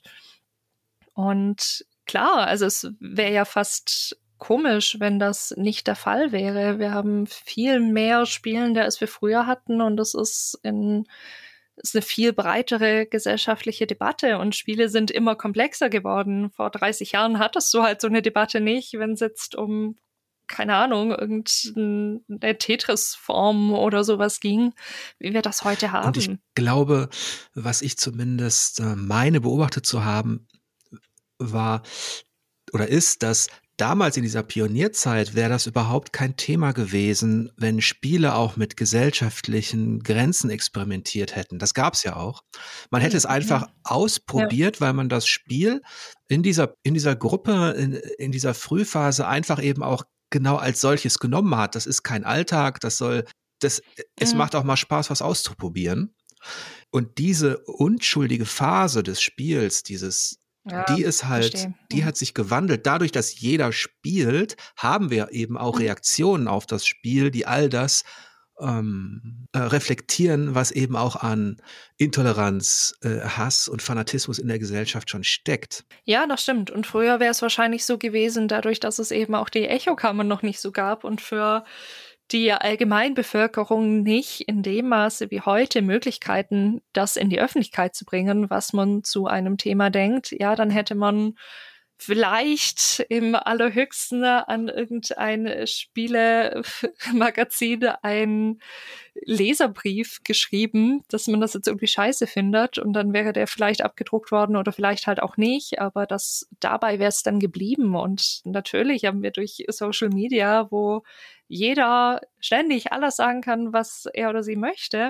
Und klar, also es wäre ja fast komisch, wenn das nicht der Fall wäre. Wir haben viel mehr Spielende, als wir früher hatten, und das ist in ist eine viel breitere gesellschaftliche Debatte, und Spiele sind immer komplexer geworden. Vor dreißig Jahren hattest du halt so eine Debatte nicht, wenn es jetzt um, keine Ahnung, irgendeine Tetris-Form oder sowas ging, wie wir das heute Und ich haben. glaube, was ich zumindest äh, meine beobachtet zu haben, war oder ist, dass damals in dieser Pionierzeit wäre das überhaupt kein Thema gewesen, wenn Spiele auch mit gesellschaftlichen Grenzen experimentiert hätten. Das gab es ja auch. Man hätte es Mhm. einfach ausprobiert, weil man das Spiel in dieser, in dieser Gruppe, in, in dieser Frühphase einfach eben auch genau als solches genommen hat. Das ist kein Alltag, das soll, das, es Mhm. macht auch mal Spaß, was auszuprobieren. Und diese unschuldige Phase des Spiels, dieses, Ja, die ist halt, verstehe. die Mhm. hat sich gewandelt. Dadurch, dass jeder spielt, haben wir eben auch Mhm. Reaktionen auf das Spiel, die all das ähm, äh, reflektieren, was eben auch an Intoleranz, äh, Hass und Fanatismus in der Gesellschaft schon steckt. Ja, das stimmt. Und früher wäre es wahrscheinlich so gewesen, dadurch, dass es eben auch die Echokammern noch nicht so gab und für die Allgemeinbevölkerung nicht in dem Maße wie heute Möglichkeiten, das in die Öffentlichkeit zu bringen, was man zu einem Thema denkt. Ja, dann hätte man vielleicht im allerhöchsten an irgendein Spielemagazin einen Leserbrief geschrieben, dass man das jetzt irgendwie scheiße findet, und dann wäre der vielleicht abgedruckt worden oder vielleicht halt auch nicht, aber das dabei wäre es dann geblieben. Und natürlich haben wir durch Social Media, wo jeder ständig alles sagen kann, was er oder sie möchte,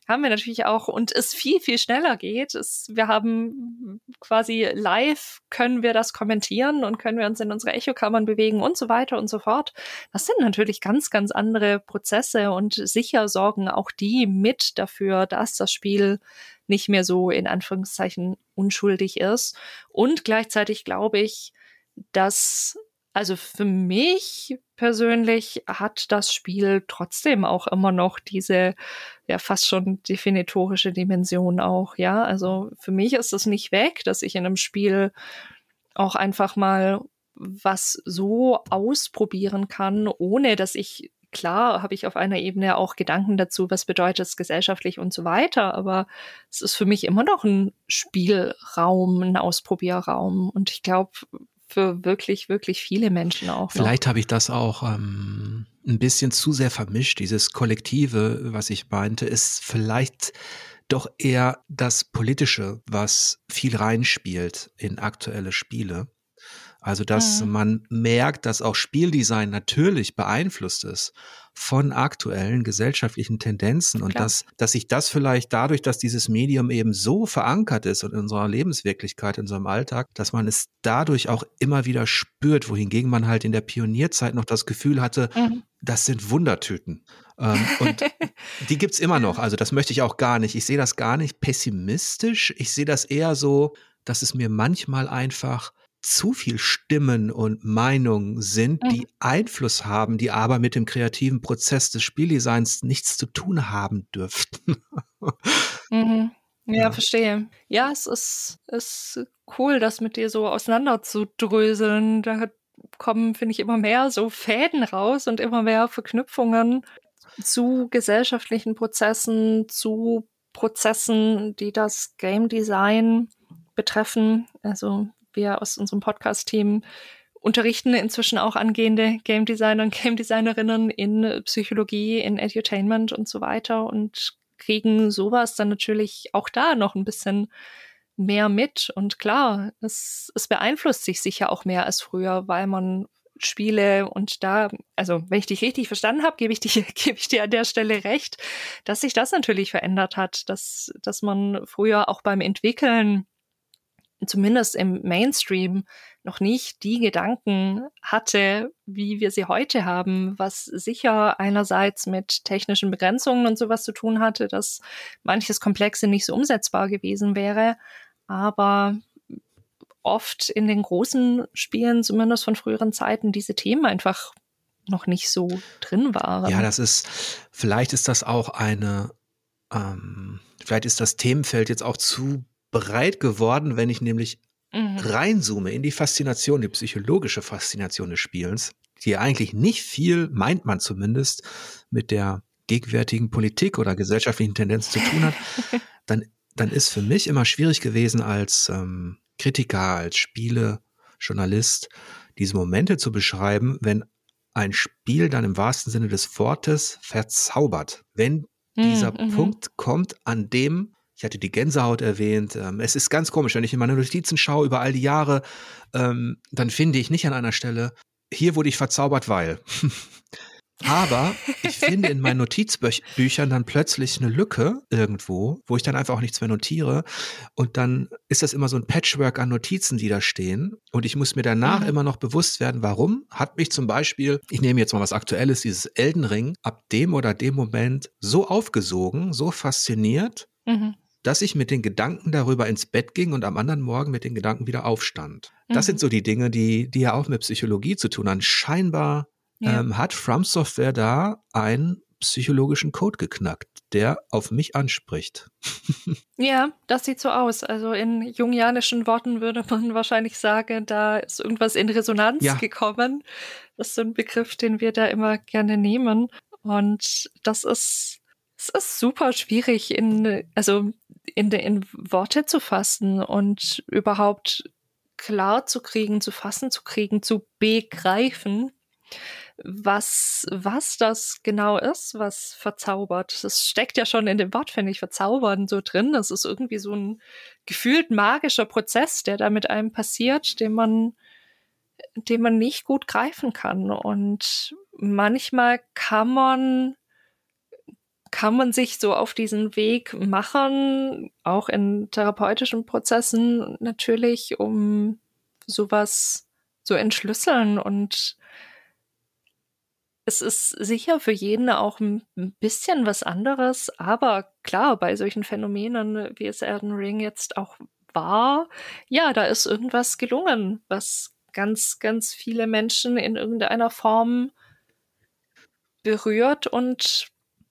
haben wir natürlich auch, und es viel, viel schneller geht. Es, wir haben quasi live, können wir das kommentieren und können wir uns in unsere Echokammern bewegen und so weiter und so fort. Das sind natürlich ganz, ganz andere Prozesse und sicher sorgen auch die mit dafür, dass das Spiel nicht mehr so in Anführungszeichen unschuldig ist. Und gleichzeitig glaube ich, dass, also für mich persönlich hat das Spiel trotzdem auch immer noch diese ja fast schon definitorische Dimension auch, ja. Also für mich ist es nicht weg, dass ich in einem Spiel auch einfach mal was so ausprobieren kann, ohne dass ich, klar habe ich auf einer Ebene auch Gedanken dazu, was bedeutet es gesellschaftlich und so weiter, aber es ist für mich immer noch ein Spielraum, ein Ausprobierraum und ich glaube, für wirklich, wirklich viele Menschen auch. Vielleicht habe ich das auch ähm, ein bisschen zu sehr vermischt. Dieses Kollektive, was ich meinte, ist vielleicht doch eher das Politische, was viel reinspielt in aktuelle Spiele. Also, dass mhm. man merkt, dass auch Spieldesign natürlich beeinflusst ist von aktuellen gesellschaftlichen Tendenzen und dass, dass sich das vielleicht dadurch, dass dieses Medium eben so verankert ist und in unserer Lebenswirklichkeit, in unserem Alltag, dass man es dadurch auch immer wieder spürt, wohingegen man halt in der Pionierzeit noch das Gefühl hatte, mhm. das sind Wundertüten. Ähm, und die gibt's immer noch. Also das möchte ich auch gar nicht. Ich sehe das gar nicht pessimistisch. Ich sehe das eher so, dass es mir manchmal einfach zu viel Stimmen und Meinungen sind, die mhm. Einfluss haben, die aber mit dem kreativen Prozess des Spieldesigns nichts zu tun haben dürften. mhm. Ja, ja, verstehe. Ja, es ist, ist cool, das mit dir so auseinanderzudröseln. Da kommen, finde ich, immer mehr so Fäden raus und immer mehr Verknüpfungen zu gesellschaftlichen Prozessen, zu Prozessen, die das Game Design betreffen. Also wir aus unserem Podcast-Team unterrichten inzwischen auch angehende Game Designer und Game Designerinnen in Psychologie, in Edutainment und so weiter und kriegen sowas dann natürlich auch da noch ein bisschen mehr mit. Und klar, es, es beeinflusst sich sicher auch mehr als früher, weil man Spiele und da, also wenn ich dich richtig verstanden habe, gebe ich, gebe ich dir an der Stelle recht, dass sich das natürlich verändert hat, dass, dass man früher auch beim Entwickeln zumindest im Mainstream noch nicht die Gedanken hatte, wie wir sie heute haben, was sicher einerseits mit technischen Begrenzungen und sowas zu tun hatte, dass manches Komplexe nicht so umsetzbar gewesen wäre, aber oft in den großen Spielen, zumindest von früheren Zeiten, diese Themen einfach noch nicht so drin waren. Ja, das ist, vielleicht ist das auch eine, ähm, vielleicht ist das Themenfeld jetzt auch zu breit geworden, wenn ich nämlich mhm. reinzoome in die Faszination, die psychologische Faszination des Spielens, die eigentlich nicht viel, meint man zumindest, mit der gegenwärtigen Politik oder gesellschaftlichen Tendenz zu tun hat, dann, dann ist für mich immer schwierig gewesen als ähm, Kritiker, als Spielejournalist, diese Momente zu beschreiben, wenn ein Spiel dann im wahrsten Sinne des Wortes verzaubert. Wenn dieser mhm. Punkt kommt, an dem, ich hatte die Gänsehaut erwähnt, ähm, es ist ganz komisch, wenn ich in meine Notizen schaue über all die Jahre, ähm, dann finde ich nicht an einer Stelle, hier wurde ich verzaubert, weil. Aber ich finde in meinen Notizbüchern dann plötzlich eine Lücke irgendwo, wo ich dann einfach auch nichts mehr notiere. Und dann ist das immer so ein Patchwork an Notizen, die da stehen. Und ich muss mir danach mhm. immer noch bewusst werden, warum hat mich zum Beispiel, ich nehme jetzt mal was Aktuelles, dieses Elden Ring, ab dem oder dem Moment so aufgesogen, so fasziniert, mhm. dass ich mit den Gedanken darüber ins Bett ging und am anderen Morgen mit den Gedanken wieder aufstand. Das mhm. sind so die Dinge, die, die ja auch mit Psychologie zu tun haben. Scheinbar ja. ähm, hat From Software da einen psychologischen Code geknackt, der auf mich anspricht. Ja, das sieht so aus. Also in jungianischen Worten würde man wahrscheinlich sagen, da ist irgendwas in Resonanz ja. gekommen. Das ist so ein Begriff, den wir da immer gerne nehmen. Und das ist, es ist super schwierig in, also in, in Worte zu fassen und überhaupt klar zu kriegen, zu fassen zu kriegen, zu begreifen, was, was das genau ist, was verzaubert. Das steckt ja schon in dem Wort, finde ich, verzaubern so drin. Das ist irgendwie so ein gefühlt magischer Prozess, der da mit einem passiert, den man, den man nicht gut greifen kann. Und manchmal kann man kann man sich so auf diesen Weg machen, auch in therapeutischen Prozessen natürlich, um sowas zu entschlüsseln. Und es ist sicher für jeden auch ein bisschen was anderes, aber klar, bei solchen Phänomenen, wie es Elden Ring jetzt auch war, ja, da ist irgendwas gelungen, was ganz, ganz viele Menschen in irgendeiner Form berührt und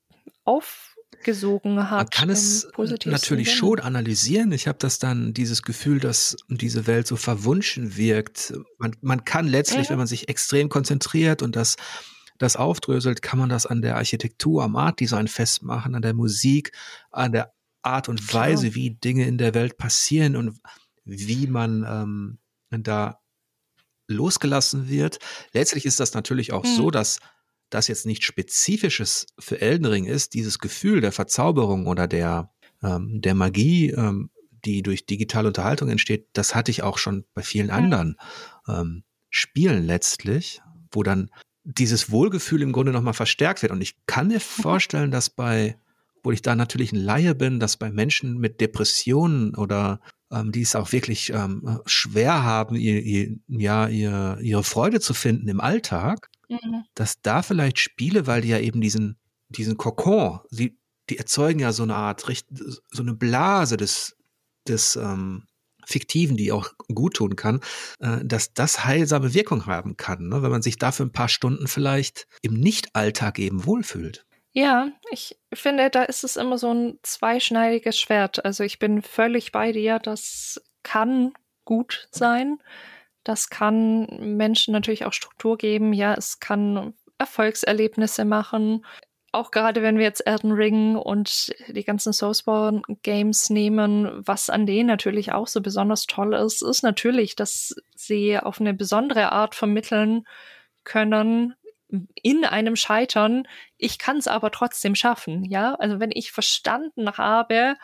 aufgesogen hat. Man kann es natürlich Sinne. schon analysieren. Ich habe das dann, dieses Gefühl, dass diese Welt so verwunschen wirkt. Man, man kann letztlich, mhm. wenn man sich extrem konzentriert und das, das aufdröselt, kann man das an der Architektur, am Artdesign festmachen, an der Musik, an der Art und Klar. Weise, wie Dinge in der Welt passieren und wie man ähm, da losgelassen wird. Letztlich ist das natürlich auch mhm. so, dass das jetzt nicht Spezifisches für Elden Ring ist, dieses Gefühl der Verzauberung oder der, ähm, der Magie, ähm, die durch digitale Unterhaltung entsteht, das hatte ich auch schon bei vielen anderen ähm, Spielen letztlich, wo dann dieses Wohlgefühl im Grunde nochmal verstärkt wird. Und ich kann mir vorstellen, dass bei, wo ich da natürlich ein Laie bin, dass bei Menschen mit Depressionen oder ähm, die es auch wirklich ähm, schwer haben, ihr, ihr, ja, ihr, ihre Freude zu finden im Alltag, mhm. dass da vielleicht Spiele, weil die ja eben diesen, diesen Kokon, die, die erzeugen ja so eine Art, so eine Blase des, des ähm, Fiktiven, die auch gut tun kann, äh, dass das heilsame Wirkung haben kann, ne? Wenn man sich dafür ein paar Stunden vielleicht im Nicht-Alltag eben wohlfühlt. Ja, ich finde, da ist es immer so ein zweischneidiges Schwert. Also ich bin völlig bei dir, das kann gut sein. Das kann Menschen natürlich auch Struktur geben. Ja, es kann Erfolgserlebnisse machen. Auch gerade wenn wir jetzt Elden Ring und die ganzen Soulsborne-Games nehmen, was an denen natürlich auch so besonders toll ist, ist natürlich, dass sie auf eine besondere Art vermitteln können, in einem Scheitern, ich kann es aber trotzdem schaffen, ja? Also wenn ich verstanden habe,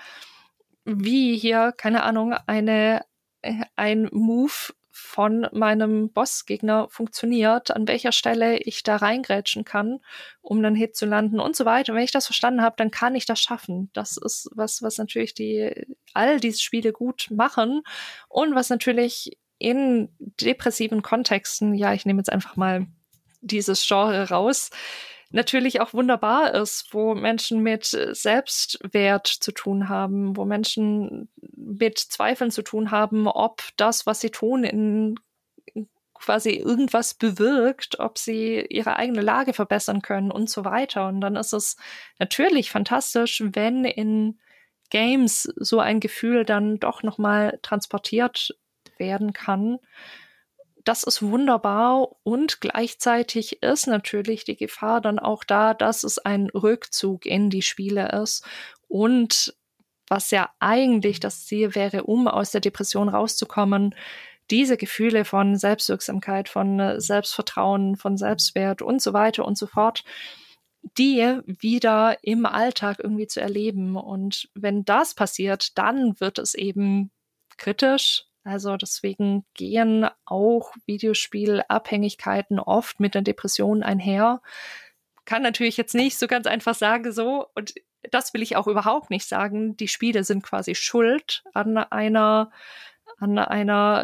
wie hier, keine Ahnung, eine ein Move von meinem Bossgegner funktioniert, an welcher Stelle ich da reingrätschen kann, um einen Hit zu landen und so weiter. Wenn ich das verstanden habe, dann kann ich das schaffen. Das ist was, was natürlich die all diese Spiele gut machen und was natürlich in depressiven Kontexten, ja, ich nehme jetzt einfach mal dieses Genre raus, natürlich auch wunderbar ist, wo Menschen mit Selbstwert zu tun haben, wo Menschen mit Zweifeln zu tun haben, ob das, was sie tun, in quasi irgendwas bewirkt, ob sie ihre eigene Lage verbessern können und so weiter. Und dann ist es natürlich fantastisch, wenn in Games so ein Gefühl dann doch nochmal transportiert werden kann. Das ist wunderbar und gleichzeitig ist natürlich die Gefahr dann auch da, dass es ein Rückzug in die Spiele ist und was ja eigentlich das Ziel wäre, um aus der Depression rauszukommen, diese Gefühle von Selbstwirksamkeit, von Selbstvertrauen, von Selbstwert und so weiter und so fort, die wieder im Alltag irgendwie zu erleben. Und wenn das passiert, dann wird es eben kritisch. Also deswegen gehen auch Videospielabhängigkeiten oft mit der Depression einher. Kann natürlich jetzt nicht so ganz einfach sagen, so, und das will ich auch überhaupt nicht sagen, die Spiele sind quasi schuld an einer, an einer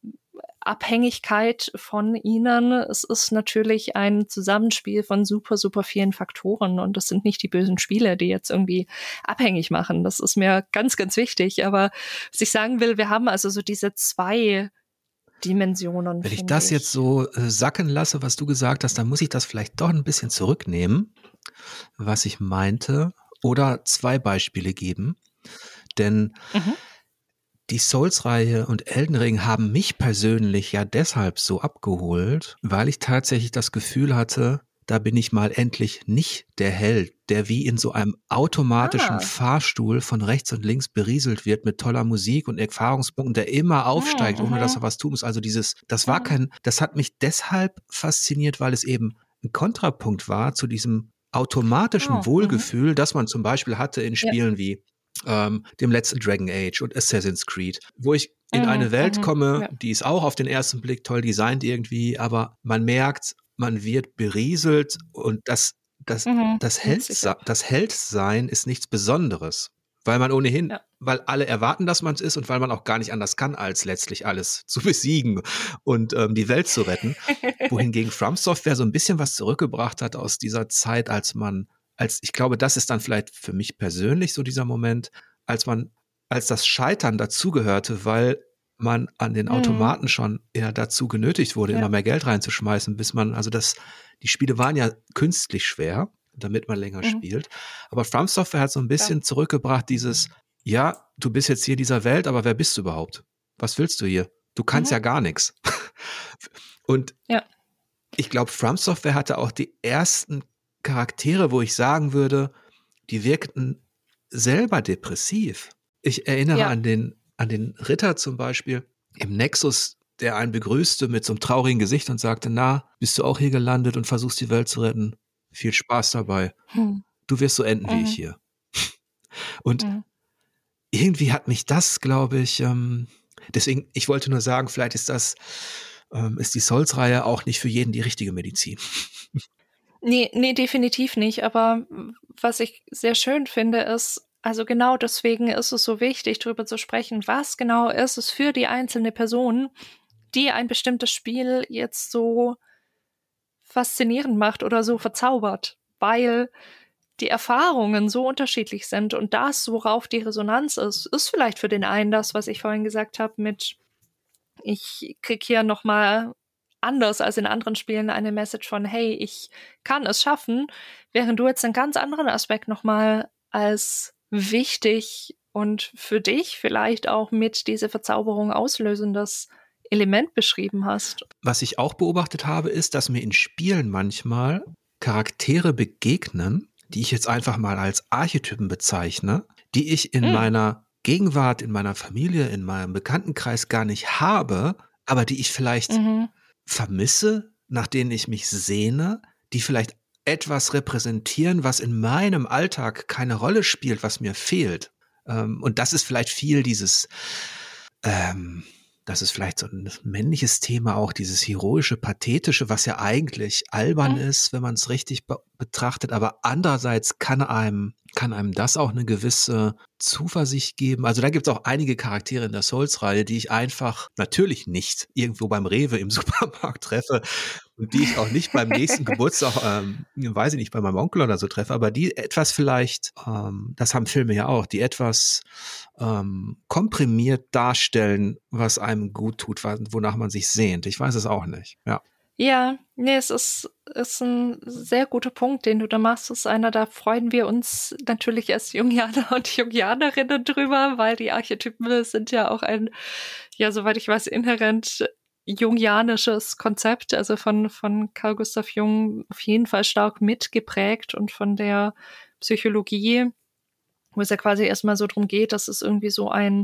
Abhängigkeit von ihnen. Es ist natürlich ein Zusammenspiel von super, super vielen Faktoren und das sind nicht die bösen Spiele, die jetzt irgendwie abhängig machen. Das ist mir ganz, ganz wichtig. Aber was ich sagen will, wir haben also so diese zwei Dimensionen. Wenn ich das ich. jetzt so äh, sacken lasse, was du gesagt hast, dann muss ich das vielleicht doch ein bisschen zurücknehmen, was ich meinte, oder zwei Beispiele geben. Denn mhm. die Souls-Reihe und Elden Ring haben mich persönlich ja deshalb so abgeholt, weil ich tatsächlich das Gefühl hatte, da bin ich mal endlich nicht der Held, der wie in so einem automatischen ah. Fahrstuhl von rechts und links berieselt wird mit toller Musik und Erfahrungspunkten, der immer aufsteigt, mhm. ohne dass er was tun muss. Also dieses, das war kein, das hat mich deshalb fasziniert, weil es eben ein Kontrapunkt war zu diesem automatischen oh, Wohlgefühl, mhm. das man zum Beispiel hatte in Spielen ja. wie Ähm, dem letzten Dragon Age und Assassin's Creed, wo ich in mhm, eine Welt mhm, komme, ja. die ist auch auf den ersten Blick toll designt irgendwie, aber man merkt, man wird berieselt und das das, Mhm. das, Ja, Held, sicher. das Heldsein ist nichts Besonderes. Weil man ohnehin, Ja. weil alle erwarten, dass man es ist und weil man auch gar nicht anders kann, als letztlich alles zu besiegen und ähm, die Welt zu retten. Wohingegen From Software so ein bisschen was zurückgebracht hat aus dieser Zeit, als man, als, ich glaube, das ist dann vielleicht für mich persönlich so dieser Moment, als man, als das Scheitern dazugehörte, weil man an den Mhm. Automaten schon eher dazu genötigt wurde, Ja. immer mehr Geld reinzuschmeißen, bis man, also das, die Spiele waren ja künstlich schwer, damit man länger Mhm. spielt. Aber From Software hat so ein Klar. bisschen zurückgebracht, dieses, ja, du bist jetzt hier dieser Welt, aber wer bist du überhaupt? Was willst du hier? Du kannst Mhm. ja gar nichts. Und Ja. ich glaube, From Software hatte auch die ersten Charaktere, wo ich sagen würde, die wirkten selber depressiv. Ich erinnere Ja. an den, an den Ritter zum Beispiel im Nexus, der einen begrüßte mit so einem traurigen Gesicht und sagte, na, bist du auch hier gelandet und versuchst die Welt zu retten? Viel Spaß dabei. Mhm. Du wirst so enden wie ich Mhm. hier. Und Mhm. irgendwie hat mich das, glaube ich, ähm, deswegen, ich wollte nur sagen, vielleicht ist das, ähm, ist die Souls-Reihe auch nicht für jeden die richtige Medizin. Nee, nee, definitiv nicht. Aber was ich sehr schön finde, ist, also genau deswegen ist es so wichtig, darüber zu sprechen, was genau ist es für die einzelne Person, die ein bestimmtes Spiel jetzt so faszinierend macht oder so verzaubert, weil die Erfahrungen so unterschiedlich sind und das, worauf die Resonanz ist, ist vielleicht für den einen das, was ich vorhin gesagt habe mit, ich krieg hier nochmal anders als in anderen Spielen eine Message von, hey, ich kann es schaffen, während du jetzt einen ganz anderen Aspekt nochmal als wichtig und für dich vielleicht auch mit diese Verzauberung auslösendes Element beschrieben hast. Was ich auch beobachtet habe, ist, dass mir in Spielen manchmal Charaktere begegnen, die ich jetzt einfach mal als Archetypen bezeichne, die ich in Mm. meiner Gegenwart, in meiner Familie, in meinem Bekanntenkreis gar nicht habe, aber die ich vielleicht Mhm. vermisse, nach denen ich mich sehne, die vielleicht etwas repräsentieren, was in meinem Alltag keine Rolle spielt, was mir fehlt. Ähm, und das ist vielleicht viel dieses, ähm, das ist vielleicht so ein männliches Thema auch, dieses heroische, pathetische, was ja eigentlich albern Mhm. ist, wenn man es richtig be betrachtet. Aber andererseits kann einem, kann einem das auch eine gewisse Zuversicht geben. Also da gibt es auch einige Charaktere in der Souls-Reihe, die ich einfach natürlich nicht irgendwo beim Rewe im Supermarkt treffe und die ich auch nicht beim nächsten Geburtstag, ähm, weiß ich nicht, bei meinem Onkel oder so treffe, aber die etwas vielleicht, ähm, das haben Filme ja auch, die etwas ähm, komprimiert darstellen, was einem gut tut, wonach man sich sehnt. Ich weiß es auch nicht, ja. Ja, nee, es ist, ist ein sehr guter Punkt, den du da machst. Es ist einer, da freuen wir uns natürlich als Jungianer und Jungianerinnen drüber, weil die Archetypen sind ja auch ein, ja, soweit ich weiß, inhärent jungianisches Konzept, also von, von Carl Gustav Jung auf jeden Fall stark mitgeprägt und von der Psychologie, wo es ja quasi erstmal so drum geht, dass es irgendwie so ein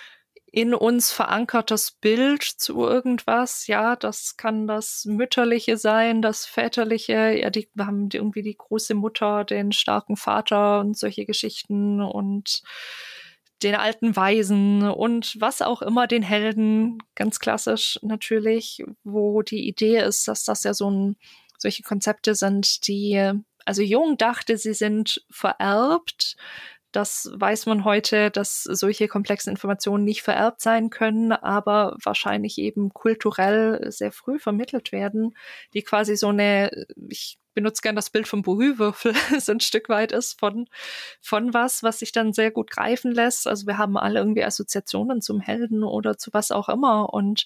in uns verankertes Bild zu irgendwas, ja, das kann das Mütterliche sein, das Väterliche, ja, die wir haben irgendwie die große Mutter, den starken Vater und solche Geschichten und den alten Weisen und was auch immer, den Helden, ganz klassisch natürlich, wo die Idee ist, dass das ja so ein, solche Konzepte sind, die, also Jung dachte, sie sind vererbt. Das weiß man heute, dass solche komplexen Informationen nicht vererbt sein können, aber wahrscheinlich eben kulturell sehr früh vermittelt werden, die quasi so eine, ich benutze gern das Bild vom Brühwürfel, so ein Stück weit ist von, von was, was sich dann sehr gut greifen lässt. Also wir haben alle irgendwie Assoziationen zum Helden oder zu was auch immer und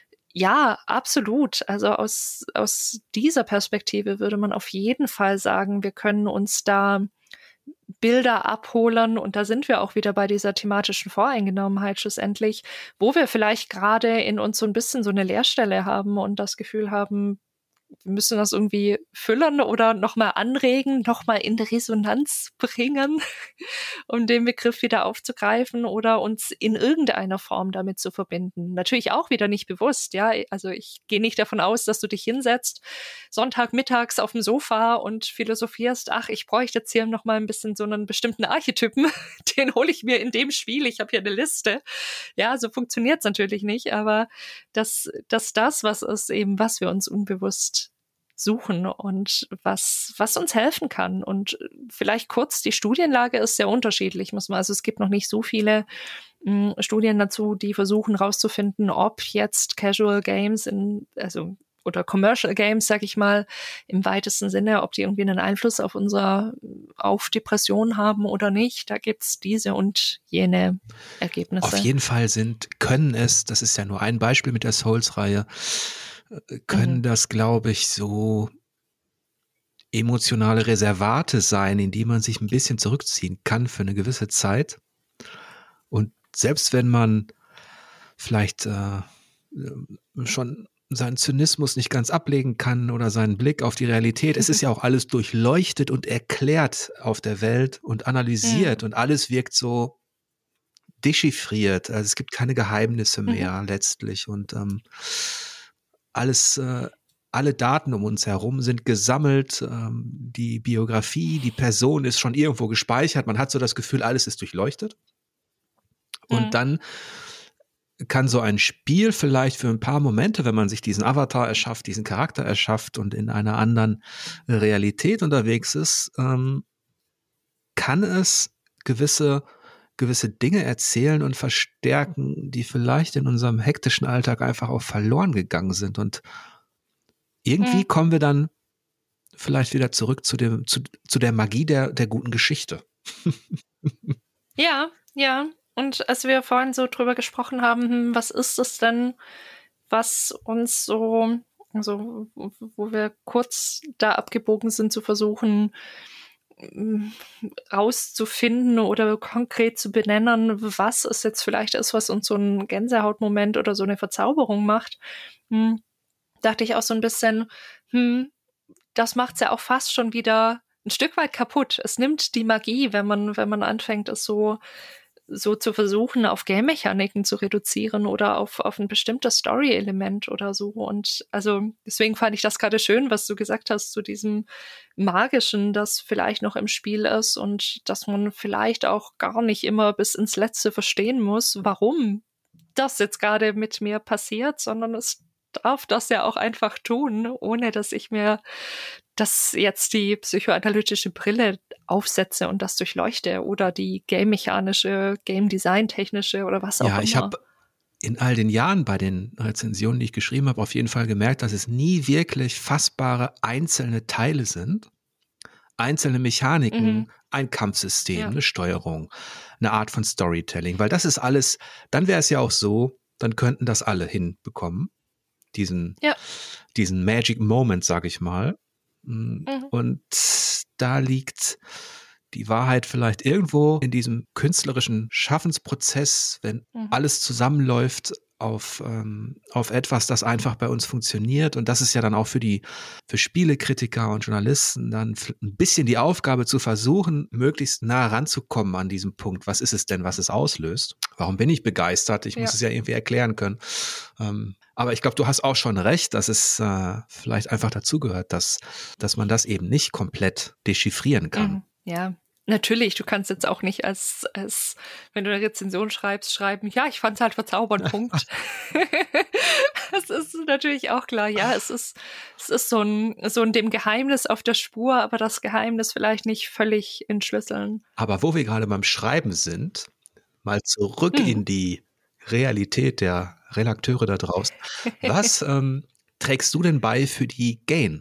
ja, absolut. Also aus, aus dieser Perspektive würde man auf jeden Fall sagen, wir können uns da Bilder abholen und da sind wir auch wieder bei dieser thematischen Voreingenommenheit schlussendlich, wo wir vielleicht gerade in uns so ein bisschen so eine Leerstelle haben und das Gefühl haben, wir müssen das irgendwie füllen oder nochmal anregen, nochmal in Resonanz bringen, um den Begriff wieder aufzugreifen oder uns in irgendeiner Form damit zu verbinden. Natürlich auch wieder nicht bewusst, ja. Also ich gehe nicht davon aus, dass du dich hinsetzt, Sonntagmittags auf dem Sofa und philosophierst, ach, ich bräuchte jetzt hier nochmal ein bisschen so einen bestimmten Archetypen, den hole ich mir in dem Spiel, ich habe hier eine Liste. Ja, so funktioniert's natürlich nicht, aber dass, dass das was ist eben, was wir uns unbewusst suchen und was, was uns helfen kann. Und vielleicht kurz, die Studienlage ist sehr unterschiedlich, muss man, also es gibt noch nicht so viele mh, Studien dazu, die versuchen rauszufinden, ob jetzt Casual Games in, also oder Commercial Games, sag ich mal, im weitesten Sinne, ob die irgendwie einen Einfluss auf unser, auf Depressionen haben oder nicht. Da gibt's diese und jene Ergebnisse. Auf jeden Fall sind, können es, das ist ja nur ein Beispiel mit der Souls-Reihe, können mhm. das, glaube ich, so emotionale Reservate sein, in die man sich ein bisschen zurückziehen kann für eine gewisse Zeit. Und selbst wenn man vielleicht äh, schon seinen Zynismus nicht ganz ablegen kann oder seinen Blick auf die Realität. Es ist ja auch alles durchleuchtet und erklärt auf der Welt und analysiert mhm. und alles wirkt so dechiffriert. Also es gibt keine Geheimnisse mehr mhm. letztlich und ähm, alles, äh, alle Daten um uns herum sind gesammelt. Ähm, die Biografie, die Person ist schon irgendwo gespeichert. Man hat so das Gefühl, alles ist durchleuchtet. Und mhm. dann kann so ein Spiel vielleicht für ein paar Momente, wenn man sich diesen Avatar erschafft, diesen Charakter erschafft und in einer anderen Realität unterwegs ist, ähm, kann es gewisse, gewisse Dinge erzählen und verstärken, die vielleicht in unserem hektischen Alltag einfach auch verloren gegangen sind. Und irgendwie mhm. kommen wir dann vielleicht wieder zurück zu dem, zu, zu der Magie der, der guten Geschichte. Ja, ja. Und als wir vorhin so drüber gesprochen haben, was ist es denn, was uns so, also wo wir kurz da abgebogen sind, zu versuchen, rauszufinden oder konkret zu benennen, was es jetzt vielleicht ist, was uns so ein Gänsehautmoment oder so eine Verzauberung macht, hm, dachte ich auch so ein bisschen, hm, das macht's ja auch fast schon wieder ein Stück weit kaputt. Es nimmt die Magie, wenn man, wenn man anfängt, es so so zu versuchen, auf Game-Mechaniken zu reduzieren oder auf, auf ein bestimmtes Story-Element oder so. Und also deswegen fand ich das gerade schön, was du gesagt hast zu diesem Magischen, das vielleicht noch im Spiel ist und dass man vielleicht auch gar nicht immer bis ins Letzte verstehen muss, warum das jetzt gerade mit mir passiert, sondern es darf das ja auch einfach tun, ohne dass ich mir das jetzt die psychoanalytische Brille aufsetze und das durchleuchte oder die game-mechanische, game-design-technische oder was auch ja, immer. Ja, ich habe in all den Jahren bei den Rezensionen, die ich geschrieben habe, auf jeden Fall gemerkt, dass es nie wirklich fassbare einzelne Teile sind. Einzelne Mechaniken, mhm. ein Kampfsystem, ja. eine Steuerung, eine Art von Storytelling, weil das ist alles, dann wäre es ja auch so, dann könnten das alle hinbekommen, diesen, ja. diesen Magic Moment, sag ich mal. Mhm. Und da liegt die Wahrheit vielleicht irgendwo in diesem künstlerischen Schaffensprozess, wenn mhm. alles zusammenläuft auf, ähm, auf etwas, das einfach bei uns funktioniert. Und das ist ja dann auch für die für Spielekritiker und Journalisten dann ein bisschen die Aufgabe zu versuchen, möglichst nah ranzukommen an diesem Punkt. Was ist es denn, was es auslöst? Warum bin ich begeistert? Ich ja. muss es ja irgendwie erklären können. Ähm, aber ich glaube, du hast auch schon recht, dass es äh, vielleicht einfach dazugehört, dass, dass man das eben nicht komplett dechiffrieren kann. Mhm. Ja, natürlich. Du kannst jetzt auch nicht als, als wenn du eine Rezension schreibst, schreiben, ja, ich fand es halt verzaubernd, Punkt. Das ist natürlich auch klar. Ja, es ist, es ist so ein, so ein dem Geheimnis auf der Spur, aber das Geheimnis vielleicht nicht völlig entschlüsseln. Aber wo wir gerade beim Schreiben sind, mal zurück hm. in die Realität der Redakteure da draußen. Was ähm, trägst du denn bei für die Gain?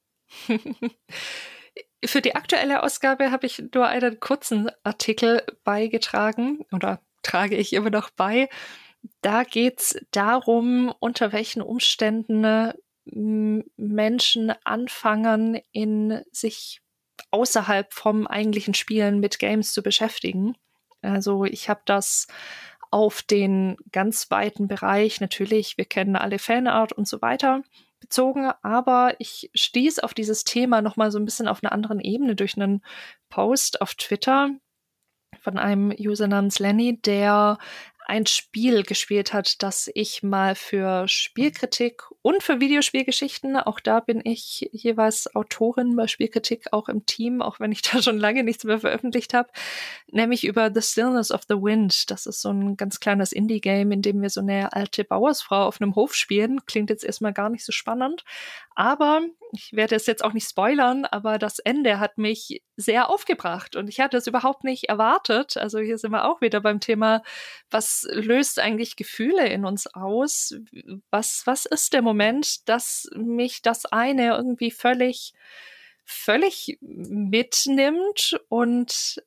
Für die aktuelle Ausgabe habe ich nur einen kurzen Artikel beigetragen oder trage ich immer noch bei. Da geht es darum, unter welchen Umständen Menschen anfangen, in sich außerhalb vom eigentlichen Spielen mit Games zu beschäftigen. Also ich habe das auf den ganz weiten Bereich, natürlich, wir kennen alle Fanart und so weiter, bezogen, aber ich stieß auf dieses Thema nochmal so ein bisschen auf einer anderen Ebene durch einen Post auf Twitter von einem User namens Lenny, der ein Spiel gespielt hat, das ich mal für Spielkritik und für Videospielgeschichten. Auch da bin ich jeweils Autorin bei Spielkritik, auch im Team, auch wenn ich da schon lange nichts mehr veröffentlicht habe, nämlich über The Stillness of the Wind. Das ist so ein ganz kleines Indie-Game, in dem wir so eine alte Bauersfrau auf einem Hof spielen. Klingt jetzt erstmal gar nicht so spannend, aber ich werde es jetzt auch nicht spoilern, aber das Ende hat mich sehr aufgebracht und ich hatte es überhaupt nicht erwartet. Also hier sind wir auch wieder beim Thema, was löst eigentlich Gefühle in uns aus? Was, was ist der Moment, dass mich das eine irgendwie völlig, völlig mitnimmt und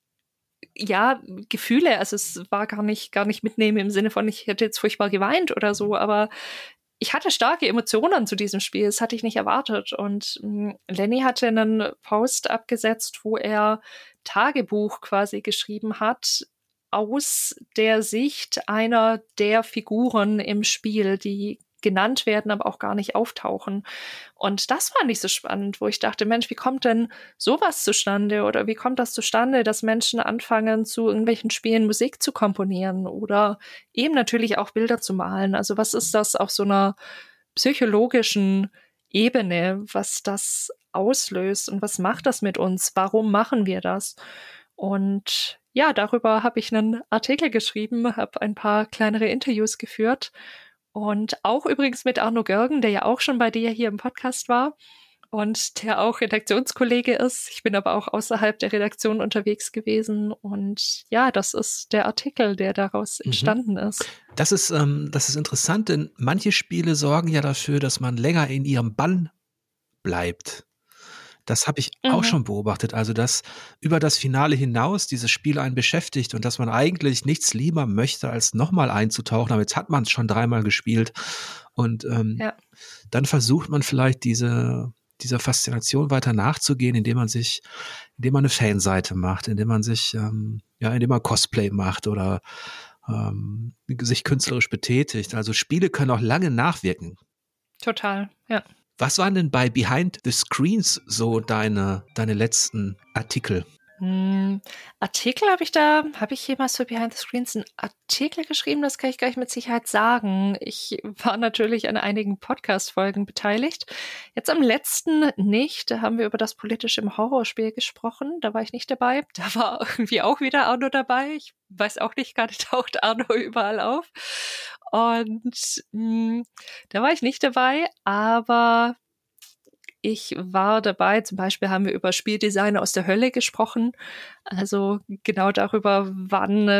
ja, Gefühle, also es war gar nicht, gar nicht mitnehmen im Sinne von, ich hätte jetzt furchtbar geweint oder so, aber ich hatte starke Emotionen zu diesem Spiel, das hatte ich nicht erwartet. Und mh, Lenny hatte einen Post abgesetzt, wo er Tagebuch quasi geschrieben hat, aus der Sicht einer der Figuren im Spiel, die genannt werden, aber auch gar nicht auftauchen. Und das war nicht so spannend, wo ich dachte, Mensch, wie kommt denn sowas zustande? Oder wie kommt das zustande, dass Menschen anfangen, zu irgendwelchen Spielen Musik zu komponieren oder eben natürlich auch Bilder zu malen? Also was ist das auf so einer psychologischen Ebene, was das auslöst und was macht das mit uns? Warum machen wir das? Und ja, darüber habe ich einen Artikel geschrieben, habe ein paar kleinere Interviews geführt. Und auch übrigens mit Arno Görgen, der ja auch schon bei dir hier im Podcast war und der auch Redaktionskollege ist. Ich bin aber auch außerhalb der Redaktion unterwegs gewesen. Und ja, das ist der Artikel, der daraus entstanden mhm. ist. Das ist, ähm, das ist interessant, denn manche Spiele sorgen ja dafür, dass man länger in ihrem Bann bleibt. Das habe ich mhm. auch schon beobachtet, also dass über das Finale hinaus dieses Spiel einen beschäftigt und dass man eigentlich nichts lieber möchte, als nochmal einzutauchen, aber jetzt hat man es schon dreimal gespielt und ähm, ja. dann versucht man vielleicht diese, dieser Faszination weiter nachzugehen, indem man sich, indem man eine Fanseite macht, indem man sich, ähm, ja, indem man Cosplay macht oder ähm, sich künstlerisch betätigt. Also Spiele können auch lange nachwirken. Total, ja. Was waren denn bei Behind the Screens so deine, deine letzten Artikel? Hm, Artikel habe ich da, habe ich jemals für Behind the Screens einen Artikel geschrieben? Das kann ich gar nicht mit Sicherheit sagen. Ich war natürlich an einigen Podcast-Folgen beteiligt. Jetzt am letzten nicht. Da haben wir über das Politische im Horrorspiel gesprochen. Da war ich nicht dabei. Da war irgendwie auch wieder Arno dabei. Ich weiß auch nicht, gerade taucht Arno überall auf. Und mh, da war ich nicht dabei, aber ich war dabei, zum Beispiel haben wir über Spieldesign aus der Hölle gesprochen, also genau darüber, wann,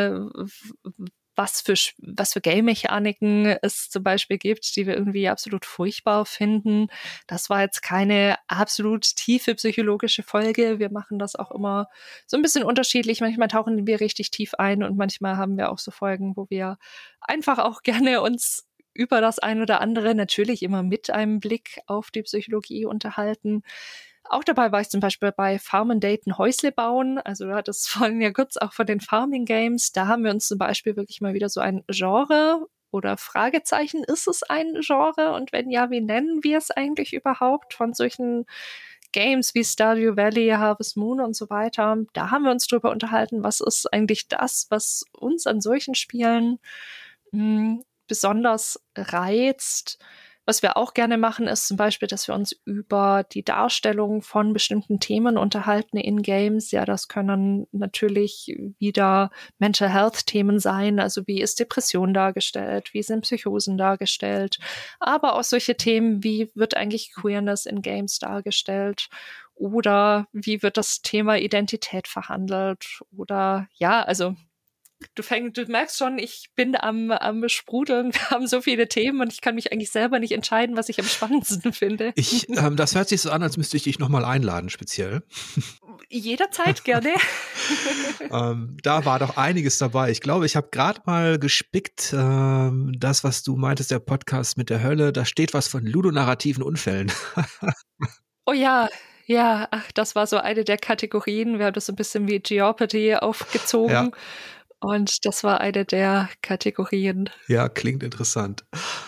was für, was für Game-Mechaniken es zum Beispiel gibt, die wir irgendwie absolut furchtbar finden. Das war jetzt keine absolut tiefe psychologische Folge. Wir machen das auch immer so ein bisschen unterschiedlich. Manchmal tauchen wir richtig tief ein und manchmal haben wir auch so Folgen, wo wir einfach auch gerne uns über das ein oder andere natürlich immer mit einem Blick auf die Psychologie unterhalten. Auch dabei war ich zum Beispiel bei Farmen, Daten, Häusle bauen. Also du hattest vorhin ja kurz auch von den Farming Games. Da haben wir uns zum Beispiel wirklich mal wieder so ein Genre oder Fragezeichen, ist es ein Genre? Und wenn ja, wie nennen wir es eigentlich überhaupt von solchen Games wie Stardew Valley, Harvest Moon und so weiter? Da haben wir uns drüber unterhalten, was ist eigentlich das, was uns an solchen Spielen mh, besonders reizt. Was wir auch gerne machen, ist zum Beispiel, dass wir uns über die Darstellung von bestimmten Themen unterhalten in Games. Ja, das können natürlich wieder Mental Health Themen sein, also wie ist Depression dargestellt, wie sind Psychosen dargestellt, aber auch solche Themen, wie wird eigentlich Queerness in Games dargestellt oder wie wird das Thema Identität verhandelt oder ja, also Du, fäng, du merkst schon, ich bin am, am Sprudeln, wir haben so viele Themen und ich kann mich eigentlich selber nicht entscheiden, was ich am spannendsten finde. Ich, ähm, das hört sich so an, als müsste ich dich nochmal einladen, speziell. Jederzeit gerne. ähm, da war doch einiges dabei. Ich glaube, ich habe gerade mal gespickt, ähm, das, was du meintest, der Podcast mit der Hölle, da steht was von ludonarrativen Unfällen. Oh ja, ja, ach, das war so eine der Kategorien. Wir haben das so ein bisschen wie Jeopardy aufgezogen. Ja. Und das war eine der Kategorien. Ja, klingt interessant.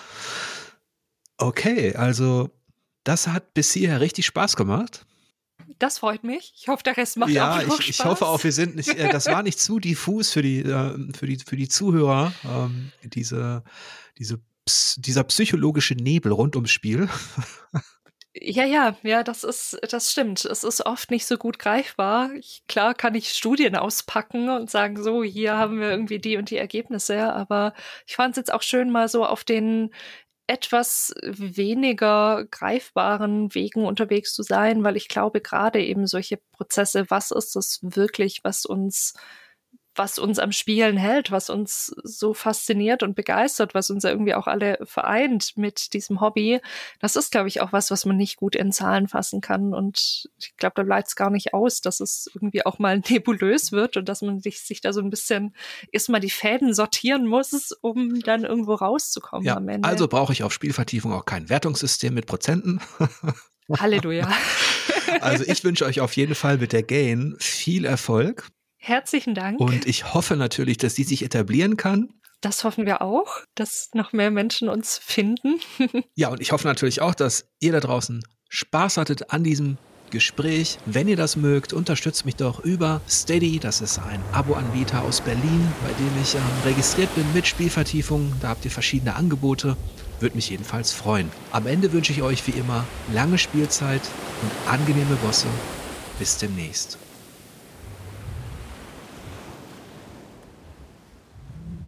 Okay, also das hat bis hierher richtig Spaß gemacht. Das freut mich. Ich hoffe, der Rest macht ja, auch noch ich, Spaß. ich hoffe auch, wir sind nicht, äh, das war nicht zu diffus für die, äh, für die, für die Zuhörer, ähm, diese, diese dieser psychologische Nebel rund ums Spiel. Ja, ja, ja, das ist, das stimmt. Es ist oft nicht so gut greifbar. Ich, klar kann ich Studien auspacken und sagen, so, hier haben wir irgendwie die und die Ergebnisse, aber ich fand es jetzt auch schön, mal so auf den etwas weniger greifbaren Wegen unterwegs zu sein, weil ich glaube, gerade eben solche Prozesse, was ist das wirklich, was uns was uns am Spielen hält, was uns so fasziniert und begeistert, was uns irgendwie auch alle vereint mit diesem Hobby, das ist, glaube ich, auch was, was man nicht gut in Zahlen fassen kann. Und ich glaube, da bleibt es gar nicht aus, dass es irgendwie auch mal nebulös wird und dass man sich, sich da so ein bisschen erstmal die Fäden sortieren muss, um dann irgendwo rauszukommen ja, am Ende. Also brauche ich auf Spielvertiefung auch kein Wertungssystem mit Prozenten. Halleluja. Also ich wünsche euch auf jeden Fall mit der Gain viel Erfolg. Herzlichen Dank. Und ich hoffe natürlich, dass die sich etablieren kann. Das hoffen wir auch, dass noch mehr Menschen uns finden. Ja, und ich hoffe natürlich auch, dass ihr da draußen Spaß hattet an diesem Gespräch. Wenn ihr das mögt, unterstützt mich doch über Steady. Das ist ein Abo-Anbieter aus Berlin, bei dem ich ähm, registriert bin mit Spielvertiefung. Da habt ihr verschiedene Angebote. Würde mich jedenfalls freuen. Am Ende wünsche ich euch wie immer lange Spielzeit und angenehme Bosse. Bis demnächst.